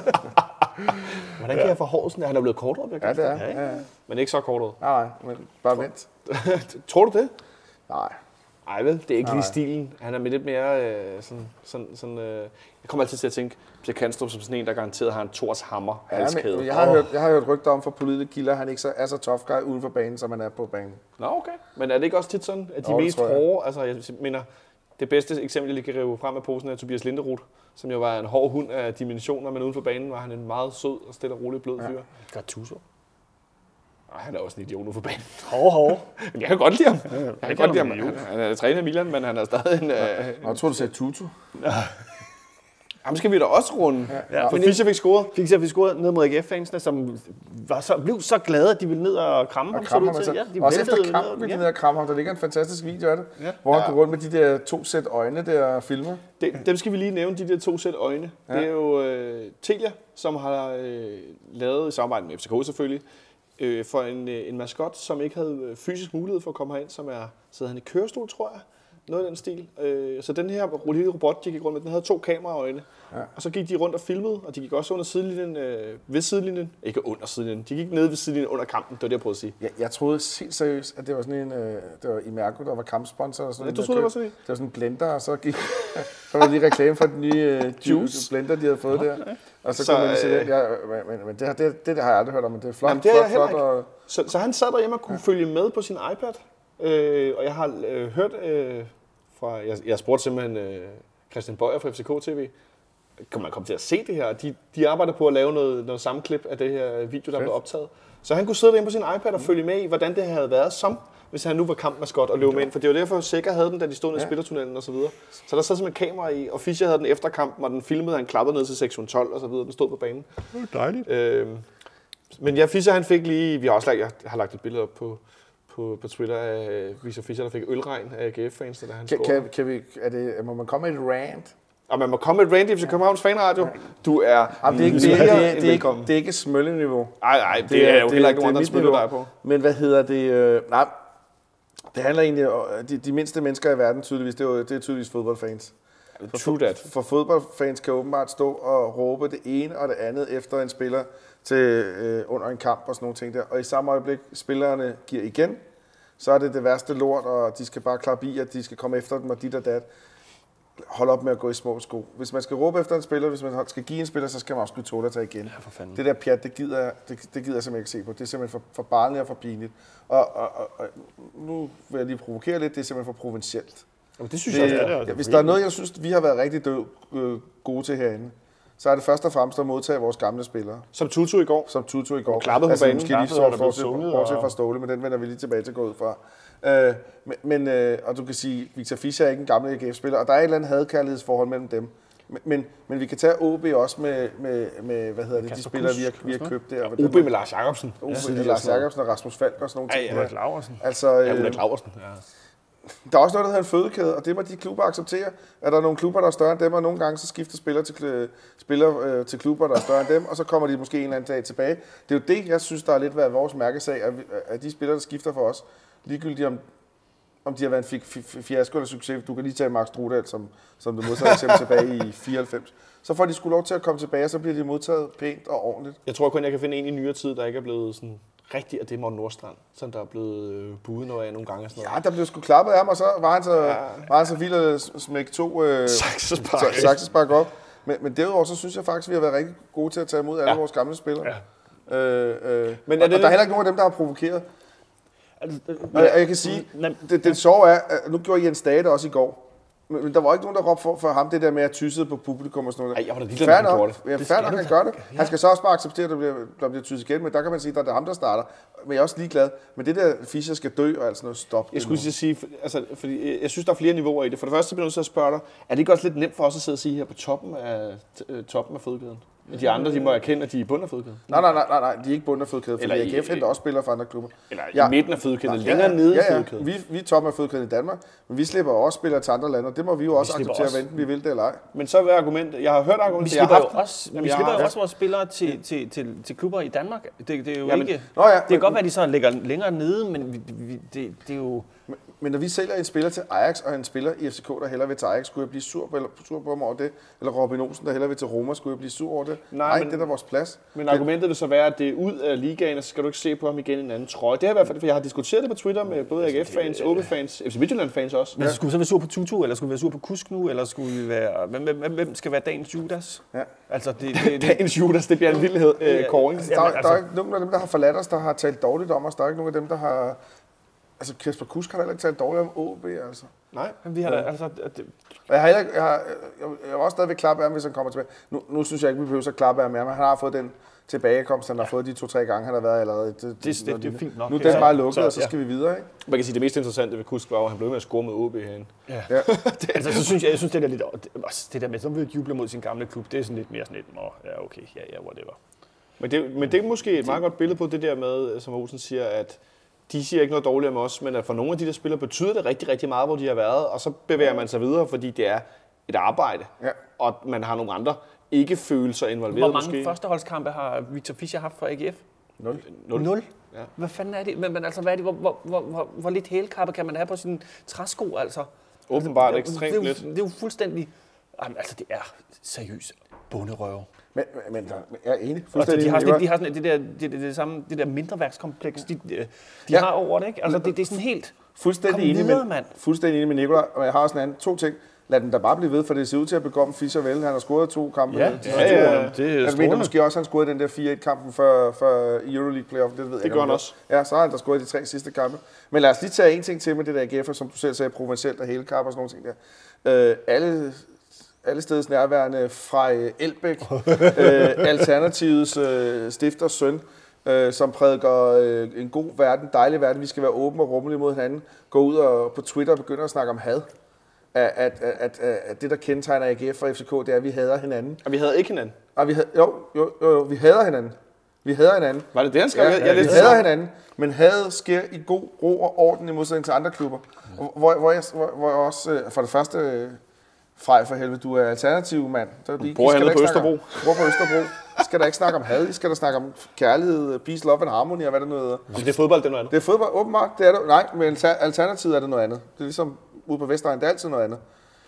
Hvordan kan jeg få hårsen? Han er blevet kortere, Pierre Kanstrup. Ja, det er. Ja, ja. Men ikke så kortere. Nej, nej, men bare vent. Tror du det? Nej. Ej vel, det er ikke lige stilen. Han er med lidt mere øh, sådan... sådan, sådan øh. Jeg kommer altid til at tænke, Pierre Kanstrup som sådan en, der garanteret har en Thors hammer halskæde. Ja, jeg, har oh. hørt, jeg har hørt rygter om fra pålidelige kilder, at han ikke så, er så tough guy uden for banen, som han er på banen. Nå, okay. Men er det ikke også tit sådan, at de Nå, mest hårde... Altså, jeg mener, det bedste eksempel, jeg kan rive frem af posen, er Tobias Linderoth, som jo var en hård hund af dimensioner, men uden for banen var han en meget sød og stille og rolig blød fyr. Ja. Gattuso. Ej, han er også en idiot nu for banen. Hov, hov. Men jeg kan godt lide ham. Ja, jeg kan godt lide ham. Han, han er træner i Milan, men han er stadig en... Ja. Øh, jeg tror, du sagde Tutu. Ham skal vi da også runde. Ja. Ja. For Fischer fik scoret. Fischer fik scoret ned mod A G F-fansene, som var så, blev så glade, at de ville ned og kramme ham. Og kramme ham så altså. ja, de også efter kampen ned, ville de ja. ned og kramme ham. Der ligger en fantastisk video af det, Ja. hvor han Ja. går rundt med de der to sæt øjne der filmer. Det, dem skal vi lige nævne, de der to sæt øjne. Ja. Det er jo øh, Telia, som har øh, lavet i samarbejde med F C K selvfølgelig, øh, for en, øh, en maskot, som ikke havde fysisk mulighed for at komme herind, som er sidder han i kørestol, tror jeg. Noget af den stil. Øh, så den her lille robot, de gik rundt med, den havde to kameraøjne. Ja. Og så gik de rundt og filmede, og de gik også under sidelinjen, øh, ved sidelinjen. Ikke under sidelinjen, de gik ned ved sidelinjen under kampen, det var det, jeg prøvede at sige. Jeg, jeg troede helt seriøst, at det var sådan en, øh, det var Imerco, der var kampsponsor. Og sådan Ja, du troede, det var sådan en? Det var sådan en blender, og så gik så var der lige reklame for den nye øh, juice blender, de havde fået der. Og så, så kunne man lige se øh, det. Ja, men, men det, det, det, det har jeg aldrig hørt om, men det er flot, Jamen, det er flot, jeg flot. flot Og, så, så han sad derhjemme og kunne ja. følge med på sin iPad. Øh, og jeg har øh, hørt øh, fra, jeg, jeg spurgte simpelthen øh, Christian Bøjer fra F C K T V, kan man komme til at se det her? De, de arbejder på at lave noget, noget sammenklip af det her video, der blev optaget. Så han kunne sidde derinde på sin iPad og følge med i, hvordan det havde været som, hvis han nu var kampmaskot og løb med ind. For det var derfor, Sækker havde den, da de stod nede i ja. spillertunnelen og så videre. Så der sad simpelthen kamera i, og Fischer havde den efter kampen, og den filmede, han klappede ned til sektion tolv og så videre. Den stod på banen. Det var dejligt. Øh, men ja, Fischer han fik lige, vi har også lagt, jeg har lagt et billede op på, på, på Twitter af Victor Fischer, der fik ølregn af A G F-fans, da han kan, scorede. kan, kan vi, er det, må man komme med et rant? Og man må komme med et rant i F C Københavns fanradio. Du er Jamen, det er ikke, det er, det er, det er ikke, det er ikke smølleniveau. Nej, nej, det, det er jo heller ikke nogen, der spiller dig på. Men hvad hedder det? Øh, nej, det handler egentlig om, de, de mindste mennesker i verden tydeligvis, det er, jo, det er tydeligvis fodboldfans. For, True that. For fodboldfans kan åbenbart stå og råbe det ene og det andet efter en spiller til øh, under en kamp og sådan nogle ting der. Og i samme øjeblik, spillerne giver igen, så er det det værste lort, og de skal bare klappe i, at de skal komme efter dem og dit og dat. Hold op med at gå i små sko. Hvis man skal råbe efter en spiller, hvis man skal give en spiller, så skal man også kunne tåle at tage igen. Ja, for fanden. Det der pjat, det gider, jeg, det, det gider jeg simpelthen ikke se på. Det er simpelthen for, for barnligt og for pinligt. Og, og, og, og nu vil jeg lige provokere lidt, det er simpelthen for provincielt. Jamen, det synes Det, jeg også, det er. ja, hvis der er noget, jeg synes, vi har været rigtig død, øh, gode til herinde, så er det først og fremmest at modtage vores gamle spillere. Som Tutu i går. Som Tutu i går. Klappede på altså, banen. Måske lige så bortset fra Ståle, men den vender vi lige tilbage til at gå ud fra. Øh, men, men, øh, og du kan sige, Victor Fischer er ikke en gammel A G F-spiller, og der er et eller andet hadkærlighedsforhold mellem dem. Men, men, men vi kan tage O B også med, med, med hvad hedder det, de spillere, vi har, vi har købt der. Ja, O B med Lars Jacobsen. O B med Lars Jacobsen og Rasmus Falk og sådan nogle ting. Ja, ja. Lauersen. Altså, Ja, Ulrik Lauersen. Ja. der er også noget, der hedder en fødekæde, og det må de klubber acceptere. At der er nogle klubber, der er større end dem, og nogle gange så skifter spillere til, spiller, øh, til klubber, der er større end dem, og så kommer de måske en eller anden dag tilbage. Det er jo det, jeg synes, der er lidt været vores mærkesag, at, vi, at de spillere, der skifter for os, ligegyldigt om, om de har været en fiasko eller succes. Du kan lige tage Mark Strudal, som, som det modtaget eksempel tilbage i fireoghalvfems. Så får de sgu lov til at komme tilbage, og så bliver de modtaget pænt og ordentligt. Jeg tror kun, jeg kan finde en i nyere tid, der ikke er blevet sådan rigtig, og det er Morten Nordstrand, som der er blevet øh, buet noget af nogle gange. Og sådan noget. Ja, der blev sgu klappet af ham, og så var han så, ja. var han så vild at smække to øh, saksespark. saksespark op. Men, men derudover, så synes jeg faktisk, vi har været rigtig gode til at tage imod alle Ja. vores gamle spillere. Ja. Øh, øh, Men er og, det og der er heller ikke nogen af dem, der har provokeret. Altså, Og jeg, og jeg kan sige, det, det sjove er, at nu gjorde Jens Dage det også i går. Men, men der var ikke nogen, der råbte for, for ham det der med at tysse på publikum og sådan noget. Ej, jeg var da ligeglad, Fair han nok, gjorde det. ja, fair nok, han gør det. Han skal så også bare acceptere, at der bliver, der bliver tysset igen, men der kan man sige, at der er det ham, der starter. Men jeg er også ligeglad. Men det der, Fischer skal dø og alt sådan noget, stop. Jeg skulle lige sige, for- altså, fordi jeg synes, der er flere niveauer i det. For det første bliver jeg nødt til at spørge dig, er det ikke også lidt nemt for os at sidde og sige her på toppen af, øh, toppen af fødekæden? De andre, de må erkende, at de er i bunden af fødekæden. Nej, nej, nej, nej, nej, de er ikke bundet af fødekæden, fordi Eller A G F i- henter også spillere fra andre klubber. Eller Ja. i midten af fødekæden, Nej, længere ja, nede ja, i ja. fødekæden. Vi, vi er toppen af fødekæden i Danmark, men vi slipper også spillere til andre lande, og det må vi jo også slipper acceptere, også- enten vi vil det eller ej. Men så er argumentet, jeg har hørt Vi argumentet, jeg slipper har jo haft også, Jamen, vi jeg slipper har- jo også vores spillere til, til, til, til klubber i Danmark. Det, det er jo Jamen, ikke... Nå ja, Det kan godt være, at de så ligger længere nede, men vi, vi, det, det er jo... Men, men når vi sælger en spiller til Ajax, og en spiller i F C K, der hellere vil til Ajax, skulle jeg blive sur på, eller, sur på ham over det? Eller Robin Olsen, der hellere vil til Roma, skulle jeg blive sur over det? Nej, Nej, men- det er da vores plads. Men argumentet vil så være, at det er ud af ligaen, og så skal du ikke se på ham igen i en anden trøje. Det er i hvert fald, for jeg har diskuteret det på Twitter med både A G F-fans, O B-fans, F C Midtjylland-fans også. Men skulle vi så være sur på Tutu, eller skulle vi være sur på Kusk nu, eller skulle vi være... Hvem, hvem, hvem skal være dagens Judas? Ja. Altså, det... det, det Dagens Judas, det bliver en vildhed, øh, kåring. Der, Jamen, der altså- er ikke nogen af dem, der har forladt os, der har talt dårligt om os. Der er ikke nogen af dem, der har... Altså, Kasper Kusk har heller ikke talt dårligt om O B, altså. Nej. Men vi har da, altså... Det, Og jeg har heller ikke... Jeg, har, jeg, jeg var også stadigvæk klappe af ham, hvis han kommer tilbage. Nu, nu synes jeg ikke, vi behøver så klappe af ham mere, men han har fået den, tilbagekomst, han har fået de to-tre gange, han har været allerede. Det, det, det, det, det er fint nok. Nu er den bare lukket, så, og så skal ja. vi videre, ikke? Man kan sige, det mest interessante ved Kusk var, at han blev med at score med O B herinde. Ja. ja. det, altså, så synes jeg, jeg synes, det der lidt, det der med, så vil juble mod sin gamle klub, det er sådan lidt mere sådan lidt, åh, ja, okay, ja, ja, whatever. Men det, men det er måske et meget godt billede på det der med, som Olsen siger, at de siger ikke noget dårligt om os, men at for nogle af de der spillere betyder det rigtig, rigtig meget, hvor de har været, og så bevæger man sig videre, fordi det er et arbejde, ja. og man har nogle andre ikke følelser involveret. Hvor mange måske. førsteholdskampe har Victor Fischer haft for A G F? Nul. Nul? Nul? Ja. Hvad fanden er det? Men, men altså, hvad er det? Hvor, hvor, hvor, hvor, hvor lidt hælkappe kan man have på sin træsko, altså? Åbenbart altså, ekstremt det, det, lidt. Det, det er jo fuldstændig... Jamen, altså, det er seriøst bunderøve. Men, men jeg er enig. Altså, de har, sådan, de har sådan det der, det, det, det, samme, det der mindreværkskompleks, de, de ja. har over det, ikke? Altså, det, det er sådan helt... Fuldstændig enig med, mand. Fuldstændig enig med Nicolaj, og jeg har sådan anden to ting. Lad den da bare blive ved, for det ser ud til at begå Fischer vel. Han har scoret to kampe. Ja, de ja, ja, ja. Det er jeg mener måske også, at han scorede den der fire et-kampen for, for Euroleague playoff. Det ved det jeg gør han også. Ja, så har han da scoret de tre sidste kampe. Men lad os lige tage en ting til med det der A G F, som du selv sagde, provincielt og hele kamp og sådan nogle ting der. Øh, alle... alle steds nærværende fra Elbæk, øh, Alternativets øh, stifters søn, øh, som prædiker øh, en god verden, dejlig verden, vi skal være åbne og rummelige mod hinanden, gå ud og på Twitter og begynder at snakke om had. At, at, at, at det, der kendetegner A G F og F C K, det er, at vi hader hinanden. Og vi hader ikke hinanden? Og vi had, jo, jo, jo, jo, vi hader hinanden. Vi hader hinanden. Var det det, han skrev? Ja, ja, vi hader hinanden, men hadet sker i god ro og orden i modsætning til andre klubber. Hvor, hvor, jeg, hvor, hvor jeg også, for det første... Frej for helvede, du er alternativ mand. Bor hernede på Østerbro. Bor på Østerbro. Skal der ikke snakke om had, skal der snakke om kærlighed, peace, love and harmony og hvad der nu hedder. Det er fodbold, det er noget andet. Det er fodbold, åbenbart. Det er det. Nej, men alternativet er det noget andet. Det er ligesom ude på Vestegn, det er altid noget andet.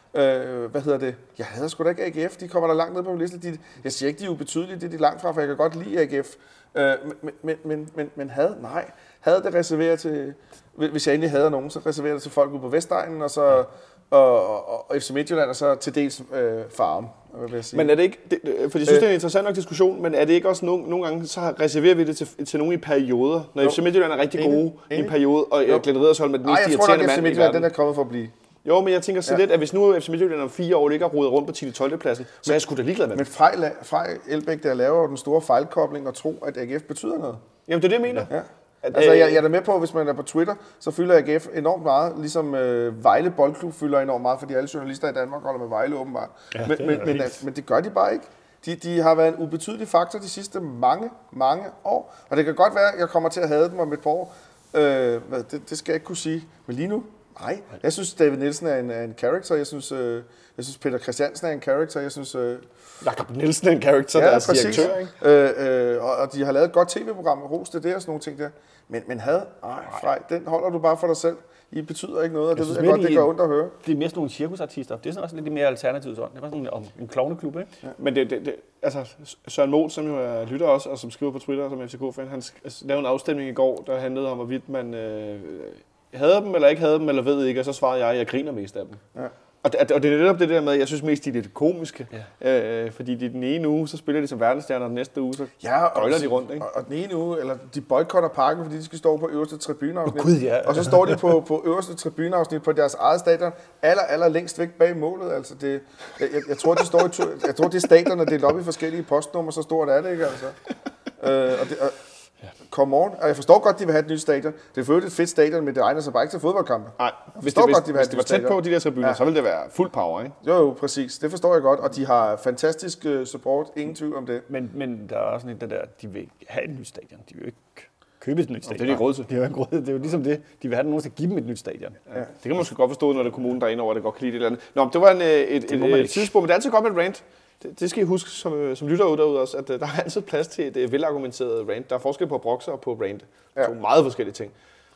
Øh, hvad hedder det? Jeg hader sgu da ikke A G F, de kommer der langt ned på min liste. De, jeg siger ikke, de er ubetydelige, det er de langt fra, for jeg kan godt lide A G F. Øh, men, men, men, men, men had, nej. Had det reserverer til, hvis jeg endelig hader nogen, så reserverer det til folk ude på Vestegnen, og så... Og, og, og F C Midtjylland er så til dels øh, farm, vil jeg sige. Men er det ikke, det, for jeg synes, øh, det er en interessant nok diskussion, men er det ikke også nogle, nogle gange, så reserverer vi det til, til nogle i perioder, når jo. F C Midtjylland er rigtig gode enig. i en periode, og Glenn hold med den mest irriterende mand i verden. Den er kommet for at blive. Jo, men jeg tænker så ja. lidt, at hvis nu F C Midtjylland om fire år ligger og roder rundt på tiende tolvte pladsen, så er jeg sgu da ligeglad med men Frej, Frej Elbæk, der laver den store fejlkobling og tro, at A G F betyder noget. Jamen, det er det, jeg mener. Ja. At, altså, jeg, jeg er da med på, hvis man er på Twitter, så fylder A G F enormt meget, ligesom øh, Vejle Boldklub fylder enormt meget, fordi alle journalister i Danmark holder med Vejle åbenbart. Ja, men, men, men, men det gør de bare ikke. De, de har været en ubetydelig faktor de sidste mange, mange år. Og det kan godt være, at jeg kommer til at hade dem om et par år. Øh, det, det skal jeg ikke kunne sige. Men lige nu, nej. Jeg synes, David Nielsen er en, er en character. Jeg synes, øh, jeg synes, Peter Christiansen er en character. Jeg synes... Øh, Jakob Nielsen er en character, ja, der er direktør, ikke? Øh, øh, og, og de har lavet et godt tv-program med ros til det og sådan nogle ting der. Men, men had, ej, Frej, den holder du bare for dig selv. I betyder ikke noget, og det jeg ved jeg godt, det gør ondt at høre. Det er mere sådan nogle cirkusartister. Det er sådan også lidt mere alternativt sådan. Det er bare sådan en, en klovneklub, ikke? Ja. Men det, det, det, altså, Søren Mohl, som jo er lytter også, og som skriver på Twitter som F C K-fan, han lavede en afstemning i går, der handlede om, hvorvidt man øh, havde dem, eller ikke havde dem, eller ved ikke, og så svarede jeg, at jeg griner mest af dem. Ja. Og det, og det er netop det der med, jeg synes mest, de er lidt komiske. Ja. Øh, fordi de den ene uge, så spiller de som verdensstjerner, og den næste uge, så ja, gøjler de rundt. Ikke? Og, og den ene uge, eller de boykotter parken, fordi de skal stå på øverste tribuneafsnit. Oh, Gud, ja. Og så står de på, på øverste tribuneafsnit på deres eget stadion, aller, aller længst væk bag målet. Altså det, jeg, jeg, jeg, tror, de står i to, jeg tror, de stadion er delt op i forskellige postnummer, så stort er det ikke, altså. Øh, og det, og, come on. Og jeg forstår godt, de vil have et nyt stadion. Det er for et fedt stadion, men det egner sig bare ikke til fodboldkampe. Nej, hvis det, hvis, godt, de hvis det var tæt på de der tribuner, ja. så ville det være fuld power, ikke? Jo, jo, præcis. Det forstår jeg godt, og de har fantastisk uh, support. Ingen tvivl om det. Men, men der er også sådan et der, de vil have et nyt stadion. De vil jo ikke købe et nyt stadion. Det er de råd til. De har ikke råd. Det er jo ligesom det. De vil have nogen til at give dem et nyt stadion. Ja. Det kan man måske godt forstå, når det er kommunen, der er inde over, det godt kan lide det eller andet. Nå, det var en, et, et, et, et tidsspur, men det er altid godt med et rant. Det, det skal I huske som, som lytter ud derude også, at der er altid plads til et velargumenteret rant. Der er forskel på at brokse og på rant. Ja. To meget forskellige ting.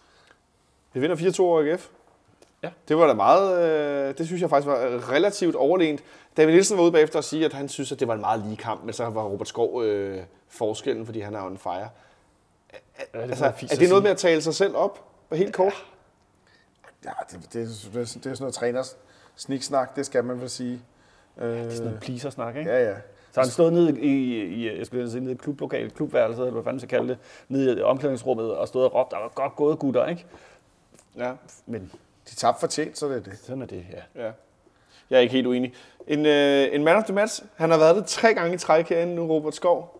Vi vinder fire to over A G F. Ja. Det var da meget, øh, det synes jeg faktisk var relativt overlegent. David Nielsen var ude bagefter og sige, at han synes, at det var en meget lige kamp, men så var Robert Skov øh, forskellen, fordi han er jo en fejre. Ja, det altså, er det noget med at tale sig selv op? Helt kort? Ja, det, det, det, det er sådan noget træners sniksnak, det skal man vel sige. Ja, det er sådan noget pleaser-snak, ikke? Ja, ja. Så han stod nede i, i, jeg skulle sige, nede i klublokal, klubværelset, eller hvad fanden skal kalde det, nede i omklædningsrummet og stod og råbte, der var godt gået gutter, ikke? Ja. Men de tabte fortjent, så det er det. Sådan er det, ja. ja. Jeg er ikke helt uenig. En, øh, en man of the match, han har været det tre gange i træk herinde nu, Robert Skov.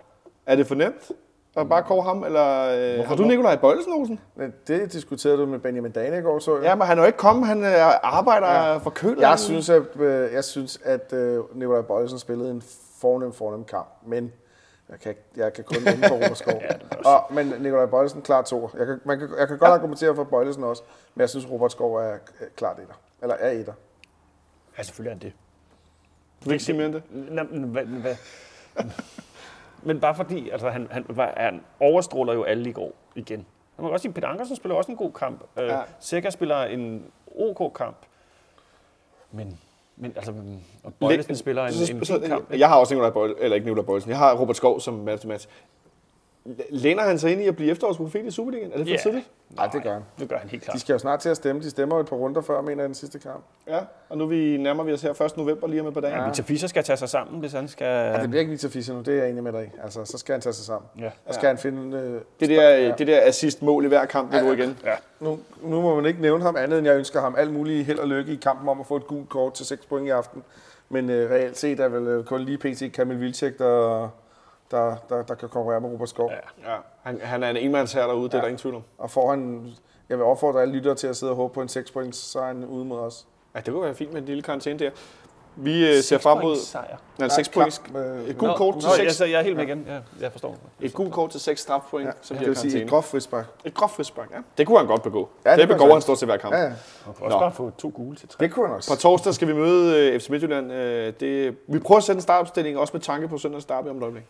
Er det for nemt at bare kåre ham, eller øh, har du Nikolaj Boilesen, Olsen? Det diskuterede du med Benjamin Dane i går, så jeg. Ja, men han er jo ikke kommet, han øh, arbejder ja. for kølet. Jeg synes, at, øh, jeg synes, at øh, Nikolaj Boilesen spillede en fornem, fornem kamp, men jeg kan, jeg kan kun vinde på Robert Skov. ja, og, men Nikolaj Boilesen klar to. Jeg kan, man kan, jeg kan godt ja. argumentere for Boilesen også, men jeg synes, Robert Skov er klart etter. Eller er etter. Ja, selvfølgelig er han det. Du vil ikke sige mere end det? Hvad, hvad? Men bare fordi, altså han, han, han overstråler jo alle i går igen. Man kan også sige, Peter Ankersen spiller også en god kamp. Ja. Uh, Sækker spiller en OK kamp. Men, men altså, og Boilesen spiller en, en fin kamp. Jeg har også Nikolaj Boilesen, eller ikke Nikolaj Boilesen, jeg har Robert Skov som match to match. Læner han sig ind i at blive efterårsprofil i Superligaen? Er det for yeah. tidligt? Nej, det gør han. Det gør han helt klart. De skal jo snart til at stemme. De stemmer jo et par runder før, mener jeg, den sidste kamp. Ja, og nu vi nærmer vi os her første november lige om et par dage. Ja, Victor Fischer skal tage sig sammen, hvis han skal... Ja, det bliver ikke Victor Fischer nu, det er jeg enig med dig i. Altså, så skal han tage sig sammen. Ja. Og skal ja. han finde... Øh, det der, ja. det der assist-mål i hver kamp, det ja, går igen. Ja. Nu, nu må man ikke nævne ham andet, end jeg ønsker ham alt muligt held og lykke i kampen om at få et gult kort til seks point i aften. Men øh, reelt set er vel kun lige P T Kamil Vilcek, der... Der, der, der kan konkurrere med Robert Skov. Ja, ja. Han, han er en enmandsherre derude, ja. det er der ingen tvivl om. Og får han, jeg vil opfordre alle lyttere til at sidde og håbe på en seks point, så er han ude mod os. Ja, det kunne være fint med en lille karantæne der. Vi ser frem mod... Ja, seks point. Et gult kort til seks. Jeg er helt med igen. Ja, jeg forstår. Et gult kort til seks strafpoint, ja, så bliver karantæne. Et groft frispark. Et groft frispark, ja. Det kunne han godt begå. Ja, det, det begår han stort til hver kamp. Ja, ja. Og også bare få to gule til tre. Det kunne han også. På torsdag skal vi møde F C Midtjylland. Det, vi prøver at sætte en startopstilling, også med tanke på søndagens derby om et øjeblik.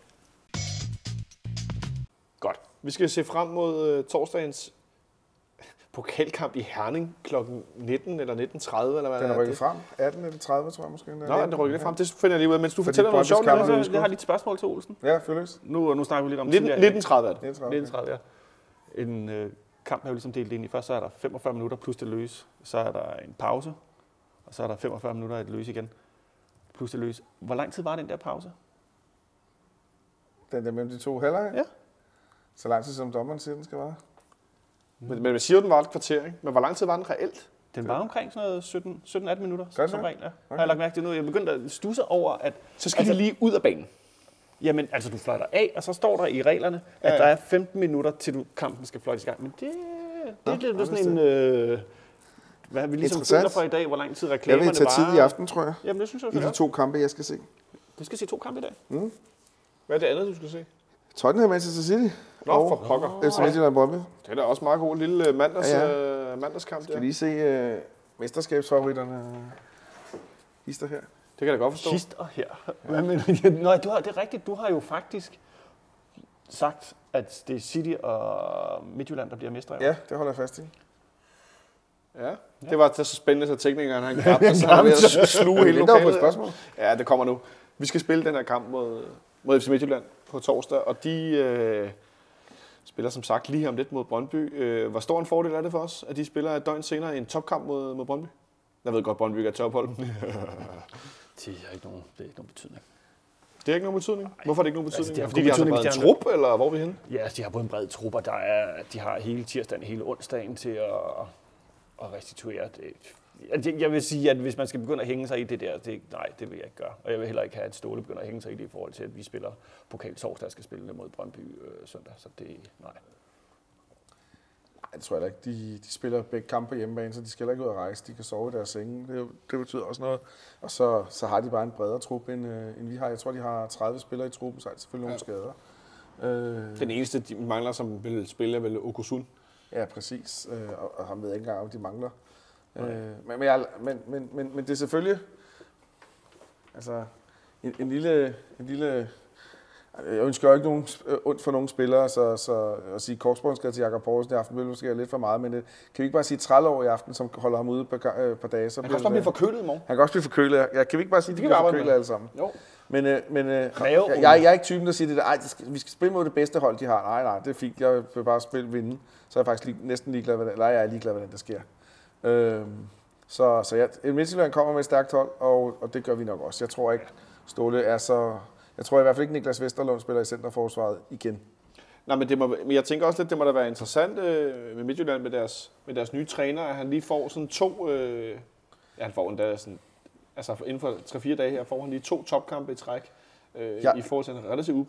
Godt. Vi skal se frem mod uh, torsdagens pokalkamp i Herning klokken nitten eller nitten tredive, eller hvad den er er rykket frem. atten eller tredive, tror jeg måske. Nå, den er rykket lidt frem. Det finder jeg lige ud af, mens du Fordi fortæller noget sjovt. Jeg, jeg har lige et spørgsmål til Olsen. Ja, følges. Nu, nu snakker vi lidt om nitten, nitten tredive er det. nitten tredive, ja. En øh, kamp er jo ligesom delt ind i. Først så er der femogfyrre minutter plus det løs. Så er der en pause. Og så er der femogfyrre minutter et løs igen. Plus det løs. Hvor lang tid var den der pause? Den der mellem de to halvleje? Ja. Så lang tid som dommeren siger, den skal være. Men, men man siger, den var et kvarter, ikke? Men hvor lang tid var den reelt? Den var omkring sådan noget sytten til atten minutter, Gør som regel. Ja. Okay. Har jeg lagt mærke til nu. Jeg begyndte at stusse over, at... Så skal altså, de lige ud af banen. Jamen, altså du fløjter af, og så står der i reglerne, at ja, ja. der er femten minutter, til du, kampen skal fløjtes i gang. Men det, det er lidt sådan en... Øh, hvad vi ligesom føler for i dag, hvor lang tid reklamerne var. Jeg vil tage tid i aften, tror jeg. Jamen, det synes jeg I de to kampe, jeg skal se. Du skal se to kampe i dag? Mm. Hvad er det andet, du skal se? Tottenham Manchester City. Nå, for pokker. F C Midtjylland Brøndby. Det er da også meget god lille mandags, ja, ja. Uh, mandagskamp. Skal vi lige se uh, mesterskabsfavoritterne hister her? Det kan jeg da godt forstå. Hister her? Ja. Men, Nå, du har, det er rigtigt. Du har jo faktisk sagt, at det er City og Midtjylland, der bliver mestre. Ja, det holder jeg fast i. Ja, det var så spændende, så teknikeren han grabte, og så han ved at sluge hele lokalet. På et spørgsmål. Ja, det kommer nu. Vi skal spille den her kamp mod, mod F C Midtjylland på torsdag, og de øh, spiller som sagt lige om lidt mod Brøndby. Øh, hvor stor en fordel er det for os, at de spiller et døgn senere en topkamp mod, mod Brøndby? Jeg ved godt, Brøndby er tophold. det, er ikke nogen, det er ikke nogen betydning. Det er ikke nogen betydning? Nej. Hvorfor er det ikke nogen betydning? Altså, de har fordi de har en bred trup, eller hvor er vi henne? Ja, de har både en bred trup, og der er, de har hele tirsdagen, hele onsdagen til at, at restituere det. Jeg vil sige, at hvis man skal begynde at hænge sig i det der, det, nej, det vil jeg ikke gøre. Og jeg vil heller ikke have, at Ståle begynder at hænge sig i det i forhold til, at vi spiller pokal torsdag, skal spille mod Brøndby øh, søndag. Så det, nej. Jeg tror jeg ikke. De, de spiller begge kampe på hjemmebane, så de skal heller ikke ud at rejse. De kan sove i deres senge. Det, det betyder også noget. Og så, så har de bare en bredere trup, end, øh, end vi har. Jeg tror, de har tredive spillere i truppen, så er det selvfølgelig nogle skader. Øh, Den eneste, de mangler, som vil spille, er vel Okusun. Ja, præcis. Øh, og, og ham ved jeg ikke engang, om de mangler. Øh, men, men, jeg, men, men, men, men det er selvfølgelig altså, en, en, lille, en lille... Jeg ønsker jo ikke nogen ondt for nogen spillere, så, så at sige korsbåndsskade til Jakob Poulsen i aften vil måske lidt for meget, men det, kan vi ikke bare sige tredive år i aften, som holder ham ude et par, øh, par dage? Så han kan også bare blive forkølet i morgen. Han kan også blive forkølet. Jeg, kan vi ikke bare sige, at de bliver forkølet alle sammen? Jo. Men, øh, men øh, jeg, jeg, jeg er ikke typen, der siger, det der, ej, vi skal spille mod det bedste hold, de har. Nej, nej, det er fint. Jeg vil bare spille vinde. Så er jeg faktisk lige, næsten ligeglad, hvad det, eller jeg er ligeglad, hvad der sker. Øhm, så så ja, Midtjylland kommer med et stærkt hold, og, og det gør vi nok også. Jeg tror ikke, Ståle er så... Jeg tror i hvert fald ikke, Niklas Vesterlund spiller i centerforsvaret igen. Nej, men, det må, men jeg tænker også lidt, det må da være interessant øh, med Midtjylland med deres, med deres nye træner, at han lige får sådan to... Øh, ja, han får endda sådan... Altså inden for tre fire dage her får han lige to topkampe i træk øh, ja. i forhold til en relativt udbrud.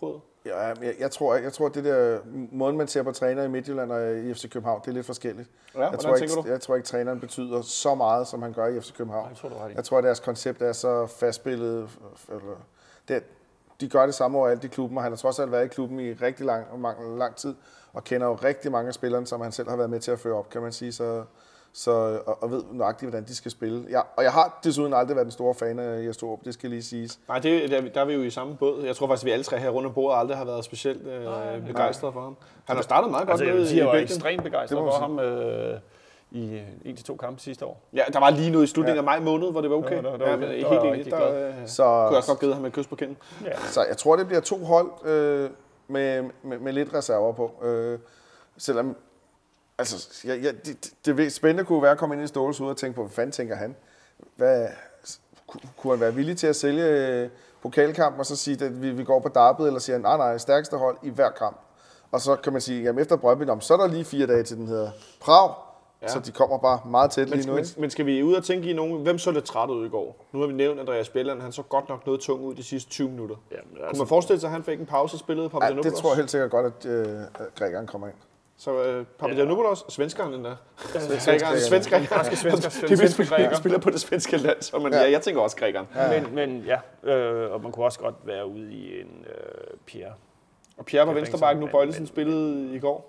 Ja, jeg, jeg, tror, jeg tror, at det der måden, man ser på træner i Midtjylland og i F C København, det er lidt forskelligt. Ja, jeg, tror ikke, du? jeg tror ikke, træneren betyder så meget, som han gør i F C København. Jeg tror, du har det. Jeg tror, at deres koncept er så fastspillet. Eller, det, de gør det samme overalt i klubben, og han har trods alt været i klubben i rigtig lang, lang, lang tid, og kender jo rigtig mange af spillerne, som han selv har været med til at føre op, kan man sige. Så, så, og, og ved nøjagtigt, hvordan de skal spille. Jeg, og jeg har desuden aldrig været den store fan af Jes Torup, det skal lige siges. Nej, det, der, der er vi jo i samme båd. Jeg tror faktisk, at vi alle tre her rundt om bordet aldrig har været specielt øh, begejstrede for ham. Han har startet meget godt altså, med jeg vil sige, i jeg var Belgien. ekstremt begejstret for ham øh, i en til to kampe sidste år. Ja, der var lige noget i slutningen ja. af maj månde, hvor det var okay. Ja, der, der, ja, der, men der, helt der enig. Der, øh, så, kunne jeg også godt give ham et kys på kinden. Ja. Så jeg tror, det bliver to hold øh, med, med, med lidt reserver på. Øh, selvom, altså, ja, ja, det, det, det spændende kunne være at komme ind i Ståles ud og tænke på, hvad fanden tænker han? Hvad, kunne han være villig til at sælge pokalkampen og så sige, at vi, vi går på derbyet, eller siger han, nej, nej, stærkeste hold i hver kamp. Og så kan man sige, jamen efter Brøndby, så er der lige fire dage til den hedder Prag, ja. Så de kommer bare meget tæt men, lige nu. Men, men skal vi ud og tænke i nogen, hvem så lidt træt ud i går? Nu har vi nævnt Andreas Bjelland, han så godt nok noget tung ud de sidste tyve minutter. Jamen, altså, kunne man forestille sig, at han fik en pause og spillede Papagiannopoulos? Ja, det tror jeg helt sikkert godt, at øh, grækeren kommer ind. Så øh, Papagiannopoulos, svenskeren endda. Svenskeren, svenskeren. Græske svensker, svenske græker. Spiller på det svenske land, så man, ja. Ja, jeg tænker også grækeren. Ja. Men, men ja, øh, og man kunne også godt være ude i en øh, Pierre. Og Pierre var venstrebacken nu, Bøjlesen spillede i går.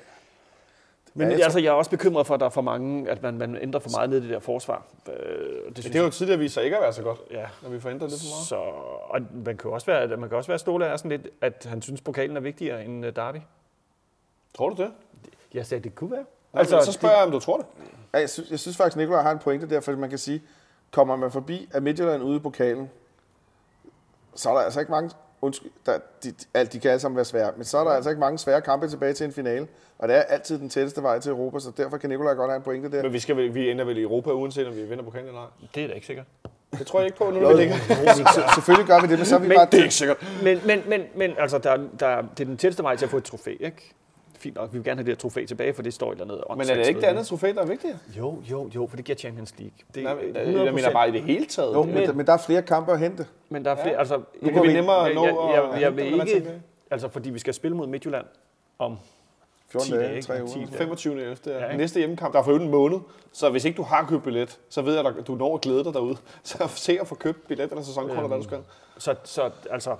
Men ja, jeg, altså, jeg er også bekymret for, at der er for mange, at man, man ændrer for meget ned i det der forsvar. Øh, det, det er jo tidligere vist sig ikke at være så godt, ja. Når vi får ændret lidt for meget. Så, og man kan også være, man kan også være Ståle er sådan lidt, at han synes, pokalen er vigtigere end Derby. Tror du det? Jeg sagde, det kunne være. Altså, så spørger det, jeg, om du tror det. Ja, jeg, synes, jeg synes faktisk, Nikolaj har en pointe der, fordi man kan sige, kommer man forbi af Midtjylland ude i pokalen, så er der altså ikke mange, undskyld, der, de, de, de kan alle sammen være svære, men så er der altså ikke mange svære kampe tilbage til en finale, og det er altid den tætteste vej til Europa, så derfor kan Nikolaj godt have en pointe der. Men vi, skal, vi ender vel i Europa, uanset om vi vinder pokalen eller ej? Det er da ikke sikkert. Det tror jeg ikke på, nu vi ligger. Selvfølgelig gør vi det, men så er vi men, bare... Det er ikke sikkert. Men, men, men, men altså, der, der, det er den tætteste vej til at få et trofæ, ikke? Fint nok, vi vil gerne have det her trofæ tilbage, for det står et eller andet. Men er det ikke det andet trofæ, der er vigtigere? Jo, jo, jo, for det giver Champions League. Det, Nej, jeg mener bare i det hele taget. Jo, men, men der er flere kampe at hente. Men der er flere, ja. altså... Nu kan vi nemmere nå jeg, jeg, jeg, jeg vil at ikke, altså fordi vi skal spille mod Midtjylland om fjorten dage, tre uger. femogtyvende ellevte Ja, næste hjemmekamp, der er for en måned. Så hvis ikke du har købt billet, så ved jeg, at du når at glæde dig derude. Så se at få købt billet eller sæsonkort, eller hvad du skal. Så, så altså...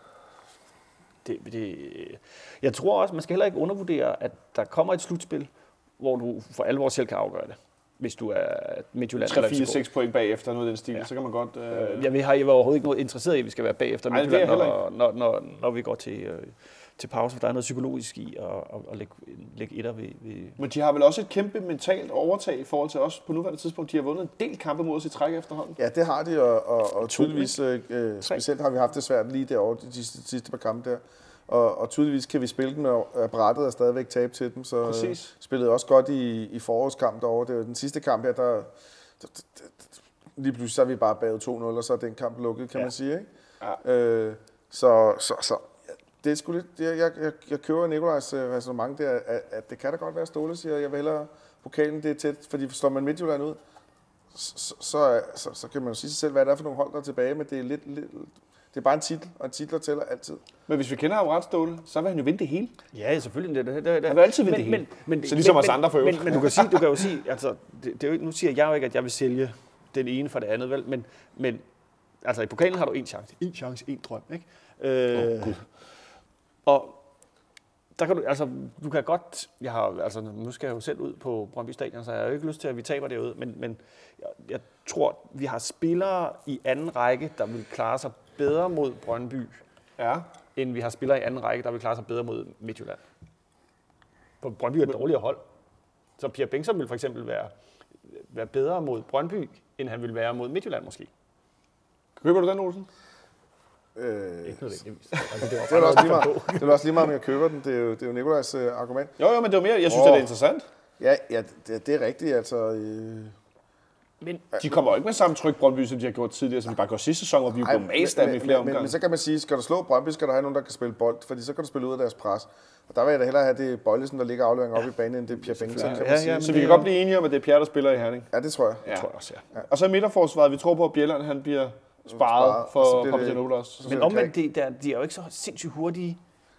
Det, det, jeg tror også, man skal heller ikke undervurdere, at der kommer et slutspil, hvor du for alvor selv kan afgøre det. Hvis du er Midtjylland eller tre fire seks point bagefter, noget af den stil, ja. Så kan man godt... Øh... Jeg, vil, jeg var overhovedet ikke noget interesseret i, at vi skal være bagefter Ej, Midtjylland, når, når, når, når vi går til, øh, til pause. For der er noget psykologisk i at, at, at lægge, lægge etter ved, ved... Men de har vel også et kæmpe mentalt overtag i forhold til os på nuværende tidspunkt. De har vundet en del kampe mod os i træk efterhånden. Ja, det har de, og, og, og tydeligvis øh, specielt har vi haft det svært lige derovre, de sidste, de sidste par kampe der. Og, og tydeligvis kan vi spille dem, og brættet og stadigvæk tabe til dem, så Præcis. Spillede også godt i, i forårskamp derovre. Det var den sidste kamp her, der, der, der, der lige pludselig så er vi bare bagud to nul, og så er den kamp lukket, kan ja. man sige, ikke? Ja. Øh, så, så, så ja, det er sgu lidt, jeg, jeg, jeg, jeg køber Nikolajs ræsonnement der, at, at det kan da godt være Ståle, siger jeg vil hellere pokalen, det er tæt, fordi slår man Midtjylland ud, så, så, så, så kan man jo sige sig selv, hvad det er for nogle hold, der er tilbage, men det er lidt, lidt det er bare en titel, og en titler tæller altid. Men hvis vi kender ham ret, Ståle, så vil han jo vinde det hele. Ja, selvfølgelig. Det, det, det, han vil altid vinde men, det hele. Men, men, så ligesom men, os andre for øvrigt. Men, men du, kan sige, du kan jo sige, altså, det, det er jo, nu siger jeg jo ikke, at jeg vil sælge den ene for det andet, vel? Men, men altså, i pokalen har du én chance. En chance, en drøm, ikke? Øh, oh, Gud. Og der kan du, altså, du kan godt, jeg har, altså, nu skal jeg jo selv ud på Brøndby Stadion, så jeg har jo ikke lyst til, at vi taber derude, men, men jeg, jeg tror, vi har spillere i anden række, der vil klare sig bedre mod Brøndby, ja. end vi har spillere i anden række, der vil klare sig bedre mod Midtjylland. For Brøndby er et dårligere hold. Så Pierre Bengtsson vil for eksempel være, være bedre mod Brøndby, end han vil være mod Midtjylland måske. Køber du den, Olsen? Øh, ikke nødvendigvis. Altså, det, det, er også lige meget, det er også lige meget, om jeg køber den. Det er jo, det er jo Nikolajs øh, argument. Jo, jo, men det er mere, jeg synes, oh. det er interessant. Ja, ja det, det er rigtigt. Altså, øh, men de kommer jo ikke med samme tryk, Brøndby, som de har gjort tidligere, som de bare gjorde sidste sæson, hvor vi jo blev mast af dem i flere omgange. Men, men så kan man sige, skal du slå Brøndby, skal der have nogen, der kan spille bold, fordi så kan du spille ud af deres pres. Og der vil jeg da hellere have det Bøjlesen, der ligger aflevering op ja. i banen, end det Pierre Bengtsson, kan man ja, sige. Ja, så vi kan godt blive enige om, at det er Pierre, der spiller i Herning. Ja, det tror jeg. Ja. Det tror jeg også, ja. ja. Og så i midterforsvaret, vi tror på, at Bjelland, han bliver sparet for Papagiannopoulos. Men omvendt, de, de er jo ikke så sindssygt hurtige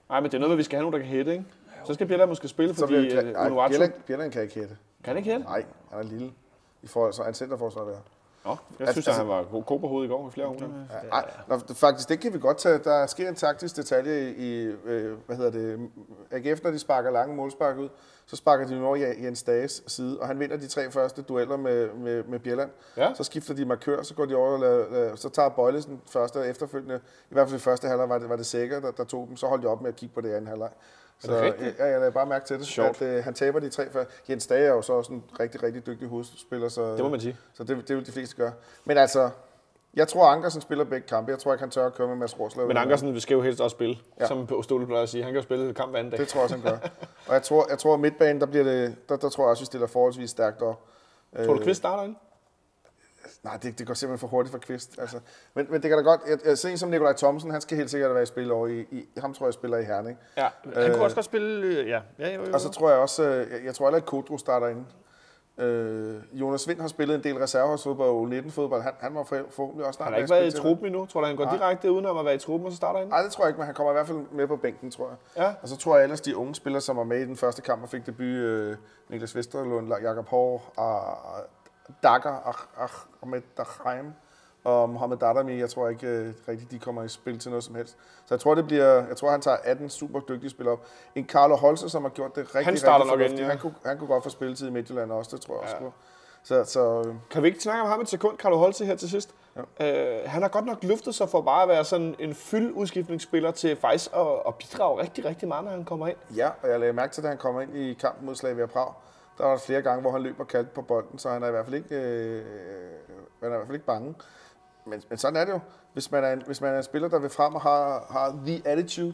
Nej, men det er noget, vi skal have nogen, der kan hætte, ikke? Så skal Bjelland måske spille, Så fordi bliver, uh, nej, Unuaccio... Bjelland, Bjelland kan ikke hætte. Kan han ikke hætte? Nej, han er lille. I forhold så er han centerforsvar der. Nå, jeg Altså- synes, at han var god, god på hovedet i går i flere uger. Ja, ej, nå, faktisk, det kan vi godt tage. Der sker en taktisk detalje i, øh, hvad hedder det, A G F, når de sparker lange målspark ud, så sparker de nu over i Jens Dages side, og han vinder de tre første dueller med, med, med Bjelland. Ja. Så skifter de markør, så går de over, og lader, så tager Bøjlesen første og efterfølgende, i hvert fald i første halvleg var det, var det Sækker, der, der tog dem, så holdt de op med at kigge på det i anden halvleg. Så det rigtigt? ja, jeg lader bare mærke til det, Sjovt. at øh, han taber de tre første. Jens Dage er jo så også en rigtig, rigtig dygtig hovedspiller, så, Det må man sige. så det, det vil de fleste gøre. Men altså, jeg tror, Ankersen spiller begge kampe. Jeg tror ikke, han tør at køre med Mads Rorslev. Men Ankersen skal jo helst også spille, Ja. ja. som Ståle plejer at sige. Han kan jo spille kamp hver anden dag. Det tror jeg også, han gør. Og jeg tror, jeg tror at midtbanen, der, bliver det, der, der tror jeg også, vi stiller forholdsvis stærkt op. Tror du, Kvist starter ind? Nej, det, det går simpelthen for hurtigt for Kvist. Altså, men, men det kan da godt... Jeg, jeg ser en som Nikolaj Thomsen, han skal helt sikkert være i spil over i, i... Ham tror jeg spiller i Herning. Ja. Han kunne også godt spille, øh, ja. ja jo, jo. Og så tror jeg også... øh, Jeg, jeg tror heller ikke, Kodro starter inde. Øh, Jonas Vind har spillet en del reserveholdsfodbold og U nitten-fodbold. Han, han var for, forhåbentlig også snart... Han har ikke med at været i spille til truppen endnu. Tror du, han går Nej. direkte udenom at være i truppen, og så starter ind? Nej, det tror jeg ikke, men han kommer i hvert fald med på bænken, tror jeg. Ja. Og så tror jeg ellers, de unge spillere, som var med i den første kamp og fik debut, øh, Niklas Vesterlund, Jakob Hård, og Dagger, Ahmed Dagheim og Mohamed Dadami, jeg tror ikke øh, rigtigt, de kommer i spil til noget som helst. Så jeg tror, det bliver, jeg tror, han tager atten super dygtige spillere op. En Carlo Holse, som har gjort det rigtig, Han starter rigtig nok fornuftigt. inden, ja. Han kunne, han kunne godt få spilletid i Midtjylland også, det tror jeg Ja. også. Så, så øh, Kan vi ikke snakke om ham et sekund, Carlo Holse, her til sidst? Ja. Øh, han har godt nok løftet sig for bare at være sådan en fyld udskiftningsspiller til faktisk at, at bidrage rigtig, rigtig meget, når han kommer ind. ja, og jeg lagde mærke til, at han kommer ind i kampen mod Slavia Prag. Der var der flere gange, hvor han løb og kaldte på bolden, så han er i hvert fald ikke, øh, han er i hvert fald ikke bange. Men, men sådan er det jo. Hvis man er en, hvis man er en spiller, der vil frem og har, har the attitude,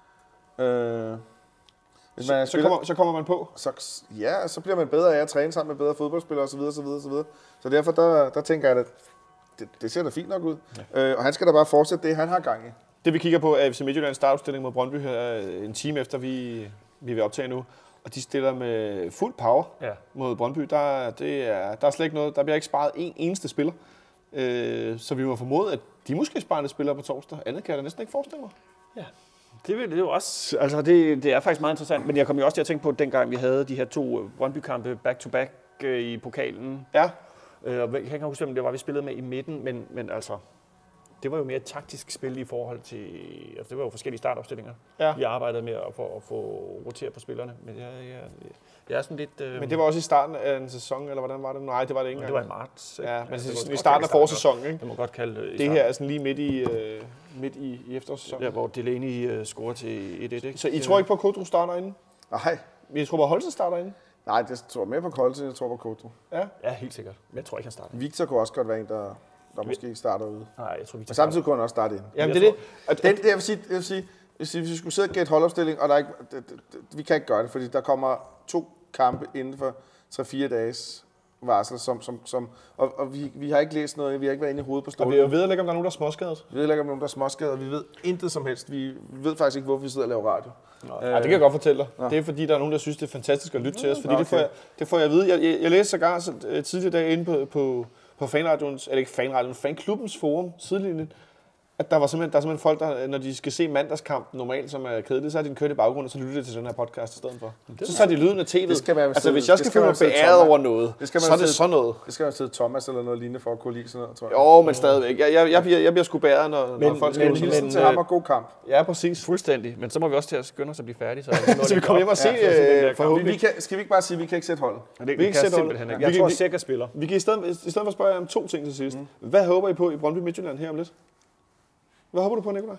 øh, hvis man er en Så spiller, kommer, så kommer man på. så, ja, så bliver man bedre af at træne sammen med bedre fodboldspillere osv. osv., osv. Så derfor der, der tænker jeg, at det, det ser da fint nok ud. Ja. Øh, og han skal da bare fortsætte det, han har gang i. Det vi kigger på er F C Midtjyllands startudstilling mod Brøndby her en time efter, vi, vi vil optage nu. Og de stiller med fuld power Ja. mod Brøndby. Der, det er, der er slet ikke noget. Der bliver ikke sparet en eneste spiller. Øh, så vi må formode, at de måske sparer en spiller på torsdag. Andet kan jeg da næsten ikke forestille mig. Ja, det vil det jo også. Altså, det, det er faktisk meget interessant. Men jeg kom jo også til at tænke på, at dengang vi havde de her to Brøndby-kampe back-to-back øh, i pokalen. Ja, Øh, og jeg kan ikke huske, om det var, vi spillede med i midten, men, men altså, det var jo mere et taktisk spil i forhold til, altså det var jo forskellige startopstillinger. Ja. Vi arbejdede med at få, at få roteret på spillerne, men jeg, jeg, jeg er sådan lidt... Øh, men det var også i starten af en sæson, eller hvordan var det? Nej, det var det ikke det engang. var i marts. ikke? Ja, men det var i godt starten af kalde forsæsonen, ikke? Det må godt kalde det. i Det starten. her er sådan lige midt i, øh, midt i, i efterårssæsonen. Der, hvor Delaney uh, scorer til et et, ikke? Så I tror ikke på, at Kodro starter inde? Nej, I tror på, at Holse starter inde? nej, det tror jeg mere på Kolsen, jeg tror på Kodro. Ja. Ja, helt sikkert. Men jeg tror ikke, han starter. Victor kunne også godt være en, der, der måske starter ude. Nej, jeg tror, vi Og samtidig kunne han også starte ind. Jamen, Jeg det er det. Og, Den, det jeg vil sige, jeg vil sige, jeg vil sige, hvis vi skulle sidde og gætte holdopstilling, og der er ikke, det, det, det, vi kan ikke gøre det, fordi der kommer to kampe inden for tre fire dages varsel, som, som, som, og, og vi, vi har ikke læst noget, vi har ikke været inde i hovedet på og vi er jo stålet. ved ikke, om der er nogen, der er småskadet. Vi ved heller ikke, om nogen der er småskader, vi ved intet som helst. Vi ved faktisk ikke, hvorfor vi sidder og laver radio. Ja, det kan jeg godt fortælle dig. Nå. Det er fordi, der er nogen, der synes, det er fantastisk at lytte til os. Fordi Nå, det, får okay. jeg, det får jeg at vide. Jeg, jeg, jeg læste sågar så, uh, tidligere dag inde på, på, på fanradions, eller ikke fanradions, fanklubbens forum, sidelinjen, at der var simpelthen, der er simpelthen folk, der, når de skal se mandagskampen normalt, som er kedeligt, så har de den kørt i baggrunden, og så lytter de til den her podcast i stedet for. Så tager de lyden af T V'et. Det skal være altså, hvis jeg skal føle mig beæret over noget, så er det sådan noget. Det skal være sidde Thomas eller noget lignende for at kunne lide sådan noget, tror jeg. Jo, men stadigvæk. Jeg, jeg, jeg, bliver, jeg bliver sgu beæret, når, Men- når folk men- skal Men men, hilsen men, til øh, ham og god kamp. Ja, præcis. Fuldstændig. Men så må vi også til at skynde os at blive færdige. Så, Så vi kommer hjem og se, Ja, så er det øh, der Vi, forhåbentlig. vi kan, skal vi ikke bare sige, at vi kan ikke sætte holdet? det, vi vi kan kan sætte simpelthen hold. ikke. Jeg Vi tror, kan- at Sækker spiller. Vi kan i stedet, i stedet for spørge jer om to ting til sidst. Mm. Hvad håber I på i Brøndby Midtjylland her om lidt? Hvad håber du på, Nikolaj?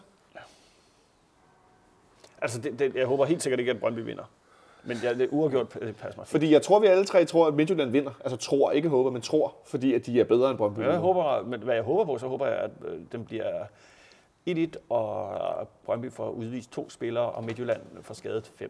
Altså, det, det, jeg håber helt sikkert ikke, at Brøndby vinder. Men jeg, det er uafgjort, det passer mig. Fordi jeg tror, vi alle tre tror, at Midtjylland vinder. Altså tror, ikke håber, men tror, fordi at de er bedre end Brøndby. Jeg håber, men hvad jeg håber på, så håber jeg, at øh, den bliver et et, og Brøndby får udvist to spillere, og Midtjylland får skadet fem.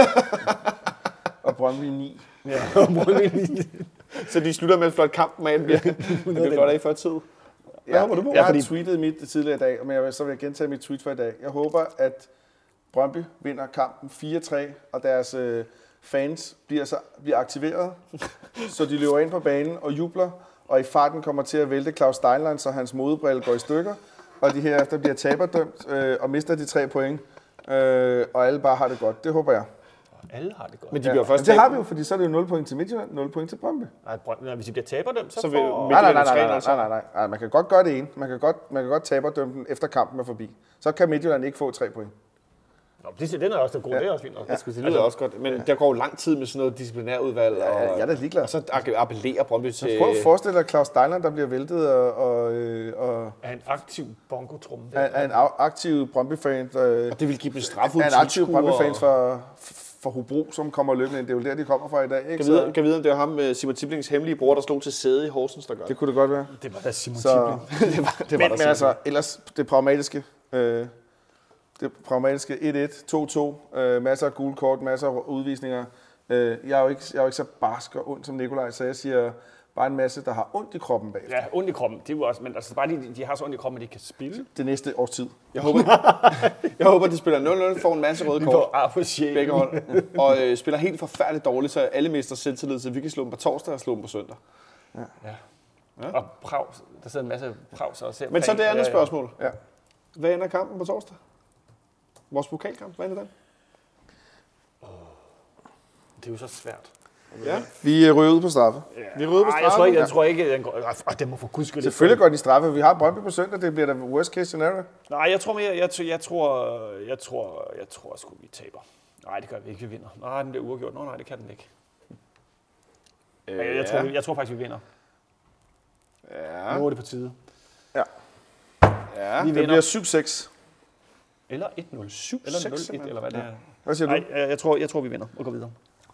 Og Brøndby ni. Ja, og Brøndby Så de slutter med et flot kamp, man. Det bliver flot af før tid. Hvad håber du på? Jeg har fordi- tweetet mit tidligere i dag, men jeg vil, så vil jeg gentage mit tweet for i dag. Jeg håber, at Brøndby vinder kampen fire tre, og deres øh, fans bliver, så, bliver aktiveret, så de løber ind på banen og jubler, og i farten kommer til at vælte Claus Steinlein, så hans modebrille går i stykker, og de herefter bliver taberdømt øh, og mister de tre point. øh, og alle bare har det godt. Det håber jeg. Alle har det godt. Men de bliver Ja. først Men det har tabt. vi jo, fordi så er det jo nul point til Midtjylland, nul point til Brøndby. Nej, Brøndby, hvis de bliver taber dem, så, Så vil får... Nej, nej, nej, Midtjylland nej, er nej, tre nul, nej, nej, nej. Man kan godt gøre det ene. Man kan godt, man kan godt tabe og dømme den efter kampen er forbi. Så kan Midtjylland ikke få tre point. Nå, det, den er også god, ja. Det er også fint nok. Jeg skulle sige, det lyder også godt. Men ja. Der går jo lang tid med sådan noget disciplinærudvalg. Ja, og, jeg er da ligeglad. Og så appellerer Brøndby til... Prøv at forestille dig Claus Steinland, der bliver væltet og, og, øh, og Er en aktiv bongo-trumme. er, er en af- aktiv Brøndby-fan. Øh, Og det vil give dem straf ud er en aktiv Brøndby-fan for, for Hobro, som kommer løbende ind. Det er jo der, de kommer fra i dag. Ikke? Kan vide, kan vide, om det var ham, øh, Simon Tiblings hemmelige bror, der slog til sæde i Horsens, der gør Det kunne det godt være. Det var da Simon Så, Tibling. det var, det var men, der men altså, ellers det pragmatiske. Øh, det pragmatiske et et, to to, øh, masser af gule kort, masser af udvisninger. Øh, jeg, er jo ikke, jeg er jo ikke så barsk og ond som Nikolaj, så jeg siger bare en masse, der har ondt i kroppen bag. Ja, ondt i kroppen. Det er jo også, men altså bare de, de har så ondt i kroppen, at de kan spille. Det næste års tid. Jeg håber, jeg håber, de spiller nul nul, får en masse røde Vi kort. får ar på sjælen. Begge hold. Og øh, spiller helt forfærdeligt dårligt, så alle mister selvtillid, så vi kan slå dem på torsdag og slå dem på søndag. Ja. Ja. Og Prag, der sidder en masse Prag så og ser. Men så det andet spørgsmål. Ja. Hvad ender kampen på torsdag? Vores pokalkamp, hvad ender den? Det er jo så svært. Ja. Vi ryger ud på straffe. Vi er røde på Nej, jeg tror straffe. ikke, jeg tror ikke, den går... Ah, det må for guds skyld. Selvfølgelig går de straffe. Vi har Brøndby på søndag, det bliver da worst case scenario. Nej, jeg tror mere, jeg, jeg tror, jeg tror, jeg tror sgu, vi taber. Nej, det gør vi ikke, vi vinder. Nej, den bliver uafgjort. Nå, nej, det kan den ikke. Øh, Jeg, jeg, tror, jeg tror faktisk, vi vinder. Ja. Nu er det på tide. Ja. Vi Det vinder. bliver syv seks. Eller et nul. syv Eller seks, nul et, simpelthen. eller hvad det er. Hvad siger du? Nej, jeg, jeg, tror, jeg tror, vi vinder og går videre.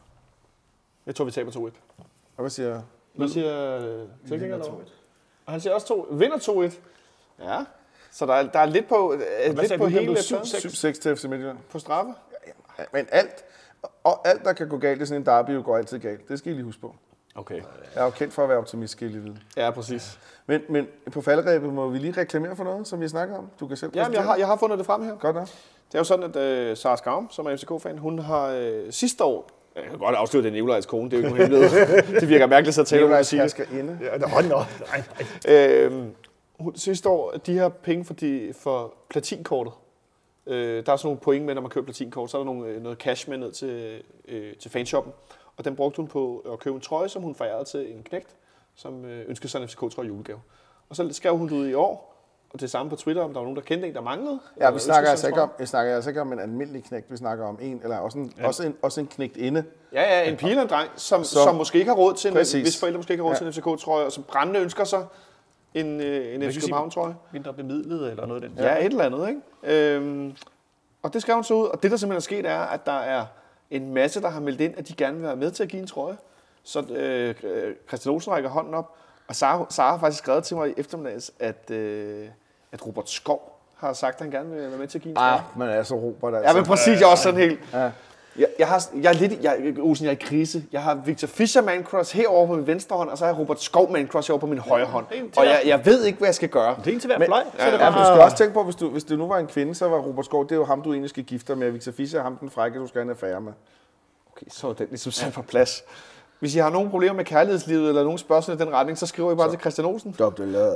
Jeg tror, vi taber to et. Og hvad siger Hvad siger øh, teknikeren over? Og han siger også to. Vinder to et. Ja. Så der er, der er lidt på, øh, lidt sagde på du, hele det blev pladen. syv seks til F C Midtjylland? På straffe. Men alt, og alt, der kan gå galt i sådan en derby, jo går altid galt. Det skal I lige huske på. Okay. Jeg er jo kendt for at være optimist, skal I lige vide. Ja, præcis. Men, men på faldrebet må vi lige reklamere for noget, som vi snakker om. Du kan selv Jamen, jeg har, jeg har fundet det frem her. Godt nok. Det er jo sådan, at øh, Sara Skavm, som er F C K-fan, hun har øh, sidste år... Jeg kan godt afsløre, det er Nikolajs kone, det er jo ikke nogen hemmelighed. Det virker mærkeligt at tale om at sige det. skal inde. Ja, nå, nå. Nej, nej. Øhm, hun- sidste år, de her penge for, de, for platinkortet, øh, der er sådan nogle point med, når man køber platinkort, så er der nogle, øh, noget cash med ned til, øh, til fanshoppen. Og den brugte hun på at købe en trøje, som hun fejrede til en knægt, som øh, ønskede sig en F C K-trøje julegave. Og så skrev hun det ud i år, og det samme på Twitter, om der var nogen, der kendte en, der manglede. Ja, eller vi ønskede snakker, sig altså en ikke om, trøje. jeg snakker altså ikke om en almindelig knægt, vi snakker om en, eller også en, ja. også en, også en knægt inde. Ja, ja, en pige eller en dreng, som, Som- som måske ikke har råd til en, Præcis. hvis forældre måske ikke har råd Ja. til en F C K-trøje, og som brændende ønsker sig en, øh, en F C sige- København-trøje. Mindre bemidlet eller noget af den. Ja, et eller andet, ikke? Øhm, og det skrev hun så ud, og det der simpelthen er sket er, at der er en masse, der har meldt ind, at de gerne vil være med til at give en trøje. Så øh, øh, Christian Olsen rækker hånden op, og Sara, Sara har faktisk skrevet til mig i eftermiddags, at, øh, at Robert Skov har sagt, at han gerne vil være med til at give en trøje. Ah, men altså Robert, altså. Ja, men præcis, jeg er også sådan helt... Ja. Jeg, jeg, har, jeg er lidt, jeg, Olsen, jeg er i krise. Jeg har Victor Fischer man cross herovre på min venstre hånd, og så har jeg Robert Skov man cross herovre på min højre hånd. det er en til Og hver. jeg, jeg ved ikke, hvad jeg skal gøre. Det er en til hver Men- fløj. Så er det Ja, bare... men du skal også tænke på, hvis du, hvis du nu var en kvinde, så var Robert Skov, det er jo ham, du egentlig skal gifte dig med. Victor Fischer er ham den frække, du skal have en affære med. Okay, så er den ligesom sat på plads. Hvis I har nogle problemer med kærlighedslivet, eller nogle spørgsmål i den retning, så skriver I bare så. til Christian Olsen. Double love.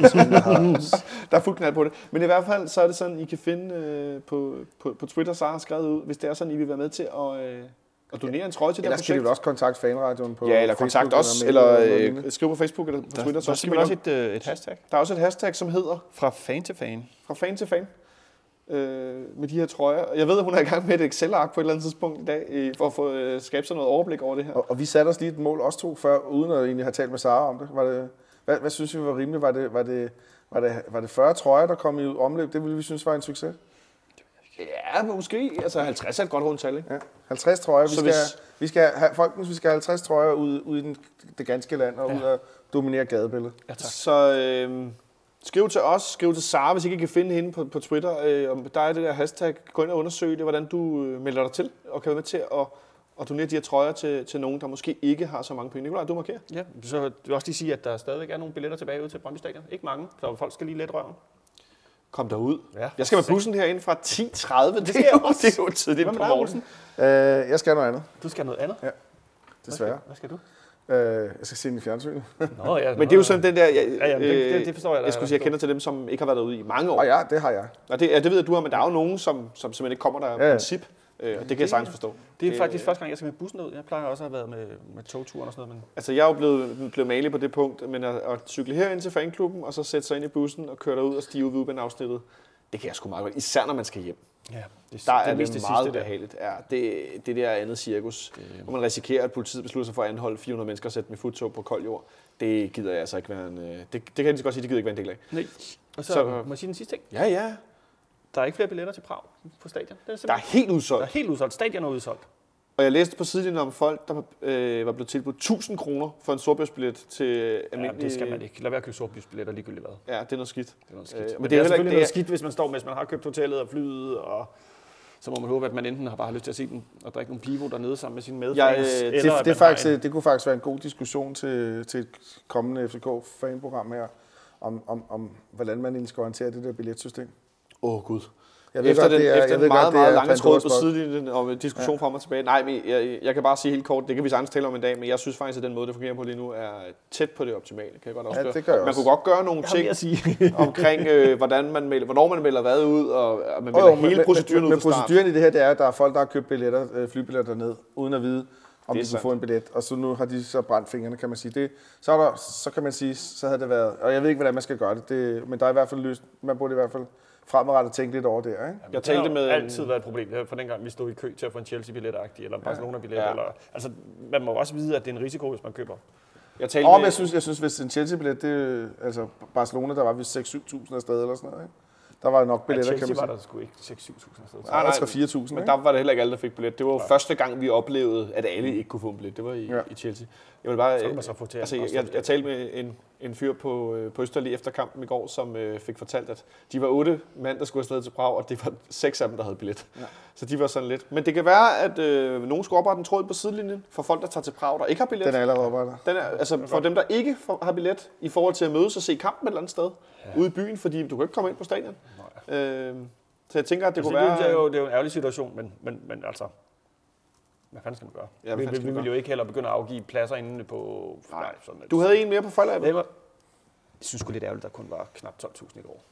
Der er fuld knald på det. Men i hvert fald, så er det sådan, I kan finde øh, på, på, på Twitter, så har skrevet ud, hvis det er sådan, I vil være med til at, øh, at donere en trøje til det her Ellers skal de projekt. vel også kontakte fanradioen på Ja, eller Facebook, kontakt os, mail eller noget lignende. øh, skriv på Facebook eller på Twitter. Der Så er skal man simpelthen også, også et, øh, et hashtag. der er også et hashtag, som hedder Fra fan til fan. fra fan til fan. Øh, med de her trøjer. Jeg ved, at hun er i gang med et Excel-ark på et eller andet tidspunkt i dag, øh, for at få øh, skabe sig noget overblik over det her. Og, og vi satte os lige et mål, os to, før, uden at egentlig have talt med Sara om det. Var det hvad, hvad synes vi var rimeligt? Var det, var, det, var, det, var det fyrre trøjer, der kom i omløb? Det ville vi synes var en succes. Ja, men måske. Altså halvtreds er et godt rundt tal, ikke? Ja. halvtreds trøjer. Vi Så skal, hvis- vi skal have, folkens, vi skal have halvtreds trøjer ud, ud i den, det ganske land og ja. ud at dominere gadebilledet. Ja, tak. Så øh, skriv til os, skriv til Sara, hvis I ikke kan finde hende på, på Twitter. Øh, om der er det der hashtag, gå ind og undersøg det, hvordan du øh, melder dig til, og kan være med til at, at donere de her trøjer til, til nogen, der måske ikke har så mange penge. Nikolaj, du markerer. Ja, så vil jeg også lige sige, at der stadigvæk er nogle billetter tilbage ud til Brøndby Stadion. Ikke mange, så folk skal lige let røven. Kom derud. Ja, Jeg skal med bussen herinde fra ti tredive. Det, det, er jo- det er jo tidligt Hvad på med dig, morgenen. Øh, jeg skal have noget andet, Du skal noget andet. desværre. Hvad skal du? Øh, jeg skal se den i fjernsynet. Nå, ja, Men det er jo sådan den der, jeg, Ja, jamen, det- det- det forstår jeg da. jeg skulle sige, jeg kender til dem, som ikke har været derude i mange år. Og ja, det har jeg. Og det, ja, det ved jeg, du har, men der er jo nogen, som, som simpelthen ikke kommer der af Ja, ja. princip. Øh, og det kan jeg sagtens forstå. Det er faktisk første gang, jeg skal med bussen ud. Jeg plejer også at have været med, med togturen og sådan noget. Men Altså, jeg er jo blevet, blevet malig på det punkt, men at, at cykle herind til fanklubben, og så sætte sig ind i bussen og køre derud og stige ud ved Uben-afsnittet, det kan jeg sgu meget godt. Især når man skal hjem. ja, det, Der er det, det, mest det det meget sidste der. behageligt. Ja, det, det der andet cirkus, det, hvor man risikerer, at politiet beslutter sig for at anholde fire hundrede mennesker og sætte dem i futtog på kold jord. Det gider jeg altså ikke være en... Det, det kan jeg lige så godt sige, det gider jeg ikke være en del af. Nej. Og så, Så- må jeg sige den sidste ting. Ja, ja. Der er ikke flere billetter til Prag på stadion. Det er, Der er simpelthen- helt udsolgt. der er helt udsolgt. Stadion er udsolgt. Og jeg læste på sidelinjen om folk, der øh, var blevet tilbudt tusind kroner for en sortbørsbillet til almindelig... Ja, det skal man ikke. Lad være at købe sortbysbilletter ligegyldigt hvad. Ja, det er noget skidt. Det er noget skidt. Øh, Øh, men men det er det er heller ikke- selvfølgelig det noget er- skidt, hvis man står, hvis man har købt hotellet og flyet, og så må man håbe, at man enten har bare har lyst til at se den og drikke nogle pivo dernede sammen med sine medfans. Jeg, øh, eller det- Det, at det, man er faktisk, har en- det kunne faktisk være en god diskussion til, til et kommende F C K-fanprogram her, om, om, om hvordan man egentlig skal orientere det der billetsystem. Åh, oh, Gud. Jeg ved Efter godt, den, det er, efter jeg den ved meget, godt, det meget er lange tråd på Pandoras boks. sidelinjen om en diskussion ja. frem og tilbage. Nej, men jeg, jeg kan bare sige helt kort, det kan vi sagtens tale om en dag, men jeg synes faktisk, at den måde, det fungerer på lige nu, er tæt på det optimale. Kan jeg godt afsløre. Ja, det gør jeg Man også. kunne godt gøre nogle Jeg har mere ting at sige. omkring, øh, hvordan man melder, hvornår man melder hvad ud, og, og man melder Jo, jo, hele men- proceduren men, ud men fra start. proceduren i det her, det er, at der er folk, der har købt billetter, øh, flybilletter derned, uden at vide, om Det er de kunne sandt. få en billet. Og så nu har de så brændt fingrene, kan man sige. Det, så, er der, så kan man sige, så havde det været, og jeg ved ikke, hvordan man skal gøre det, det men der er i hvert fald løst, man burde i hvert fald fremadrettet tænke lidt over det, ikke? Jeg talte med Det en- har altid været et problem. Det har for dengang vi stod i kø til at få en Chelsea-billet-agtig, eller en Barcelona-billet. Ja. Ja. Eller, altså, man må også vide, at det er en risiko, hvis man køber. Jeg talte Og men med, jeg synes, jeg synes, hvis en Chelsea-billet, det altså Barcelona, der var vist seks til syv tusind afsted eller sådan noget, ikke? Der var nok Ja, billetter, kan Chelsea man var sige. der sgu ikke seks til syv tusind afsted. Nej, nej, tre til fire tusind, men ikke? der var det heller ikke alle, der fik billet. Det var jo første gang, vi oplevede, at alle ikke kunne få en billet. Det var i, Ja. i Chelsea. Jeg vil bare, Så kan man så få til at altså, jeg, koste jeg, det. jeg talte med en, en fyr på, øh, på Østerli efter kampen i går, som øh, fik fortalt, at de var otte mand, der skulle afsted til Prag, og det var seks af dem, der havde billet. Ja. Så de var sådan lidt. Men det kan være, at øh, nogen skulle oprette en tråd på sidelinjen for folk, der tager til Prag, der ikke har billet. Den er allerede oprettet. Den er, altså for dem, der ikke får- har billet, i forhold til at mødes og se kampen et eller andet sted, ja. ude i byen, fordi du kan ikke komme ind på stadion. Øh, så jeg tænker, at det Altså, kunne det, være... det, er jo, det er jo en ærgerlig situation, men, men, men altså, hvad fanden skal man gøre? Ja, Ja, hvad vi, fanden skal vi, vi man vil jo ikke heller begynde at afgive pladser inde på... Nej, sådan Du havde en mere på Fejlab. det var, jeg synes sgu lidt ærgerligt, at der kun var knap tolv tusind i går.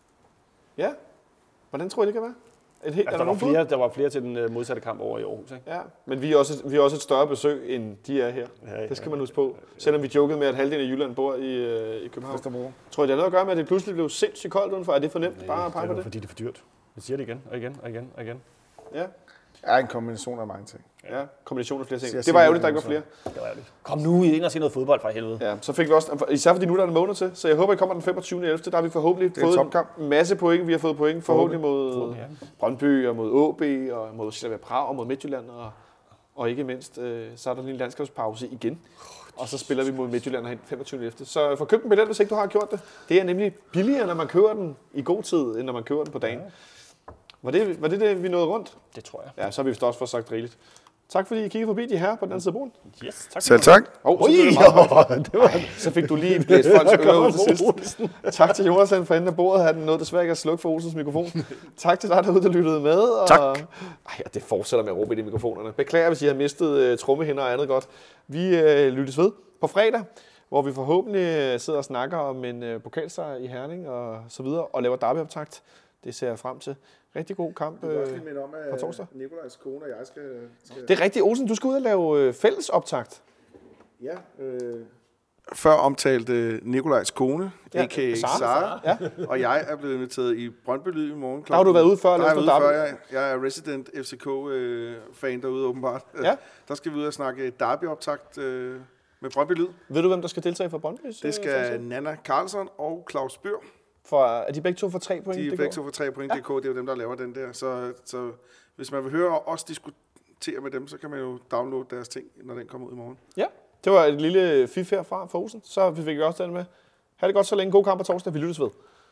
Ja. Hvordan tror I, det kan være? Et helt, Altså, der, var flere, der var flere til den uh, modsatte kamp over i Aarhus, ikke? Ja, men vi er, også, vi er også et større besøg, end de er her. Ja, ja, Det skal man huske på. Selvom vi jokede med, at halvdelen af Jylland bor i, øh, i København. Vesterbro. Tror I, det har noget at gøre med, at det pludselig blev sindssygt koldt udenfor? Er det for nemt bare at det pege er på jo, det? fordi det er for dyrt. Jeg siger det igen og igen og igen og igen. Ja. Er en kombination af mange ting. Ja, kombination af flere ting. Så jeg Det var siger ærgerligt, der ikke var det, flere. Det var ærgerligt. Kom nu ind og se noget fodbold for helvede. Ja, så fik vi også, især fordi nu der er en måned til, så jeg håber, I kommer den femogtyvende ellevte Der har vi forhåbentlig Det er en fået topkamp. en masse point. Vi har fået point forhåbentlig mod Forhåbentlig, ja. Brøndby og mod A B og mod Slavia Prag og mod Midtjylland. Og, og ikke mindst, øh, så er der lige en landskabspause igen. Og så spiller vi mod Midtjylland herhen femogtyvende ellevte Så få købt en billet, hvis ikke du har gjort det. Det er nemlig billigere, når man køber den i god tid, end når man køber den på dagen. Var det, var det det, vi nåede rundt? Det tror jeg. Ja, så har vi vist også fået sagt rigeligt. Tak fordi I kiggede forbi de her på den anden side af bordet. Yes, tak. Selv tak. Oh, så, blev det meget højt. Ej, så fik du lige blæst folks ører ud til sidst. Tak til Jonathan for enden af bordet. Han nåede desværre ikke at slukke for Olsens mikrofon. Tak til dig derude, der lyttede med. Og... Tak. Ej, og det fortsætter med at råbe i de mikrofonerne. Beklager, hvis I har mistet uh, trommehinder og andet godt. Vi uh, lyttes ved på fredag, hvor vi forhåbentlig sidder og snakker om en uh, pokalsejr i Herning og så videre, og laver derbyoptakt. Det ser jeg frem til. Rigtig god kamp Jeg vil også øh, lige minde om, på torsdag. at Nikolajs kone og jeg skal... skal... Det er rigtigt, Olsen. Du skal ud og lave øh, fælles optakt. Ja, øh... Før omtalte Nikolajs kone, Ja, a k a. Sara. Sara, Ja. og jeg er blevet inviteret i Brøndby Lyd i morgen. Der har du været ude før og Der har lavet jeg været noget ude før. Jeg, jeg er resident F C K-fan derude åbenbart. Ja. Der skal vi ud og snakke derbyoptakt øh, med Brøndby Lyd. Ved du, hvem der skal deltage for Brøndby? Det skal Nana Karlsson og Claus Bør. For, er de begge to for tre point? De er det begge går? to for tre point punktum d k. Det er jo dem, der laver den der. Så, så hvis man vil høre os diskutere med dem, så kan man jo downloade deres ting, når den kommer ud i morgen. Ja, det var et lille fif herfra for Olsen. Så fik vi også den med. Ha' det godt så længe. God kamp på torsdag. Vi lyttes ved.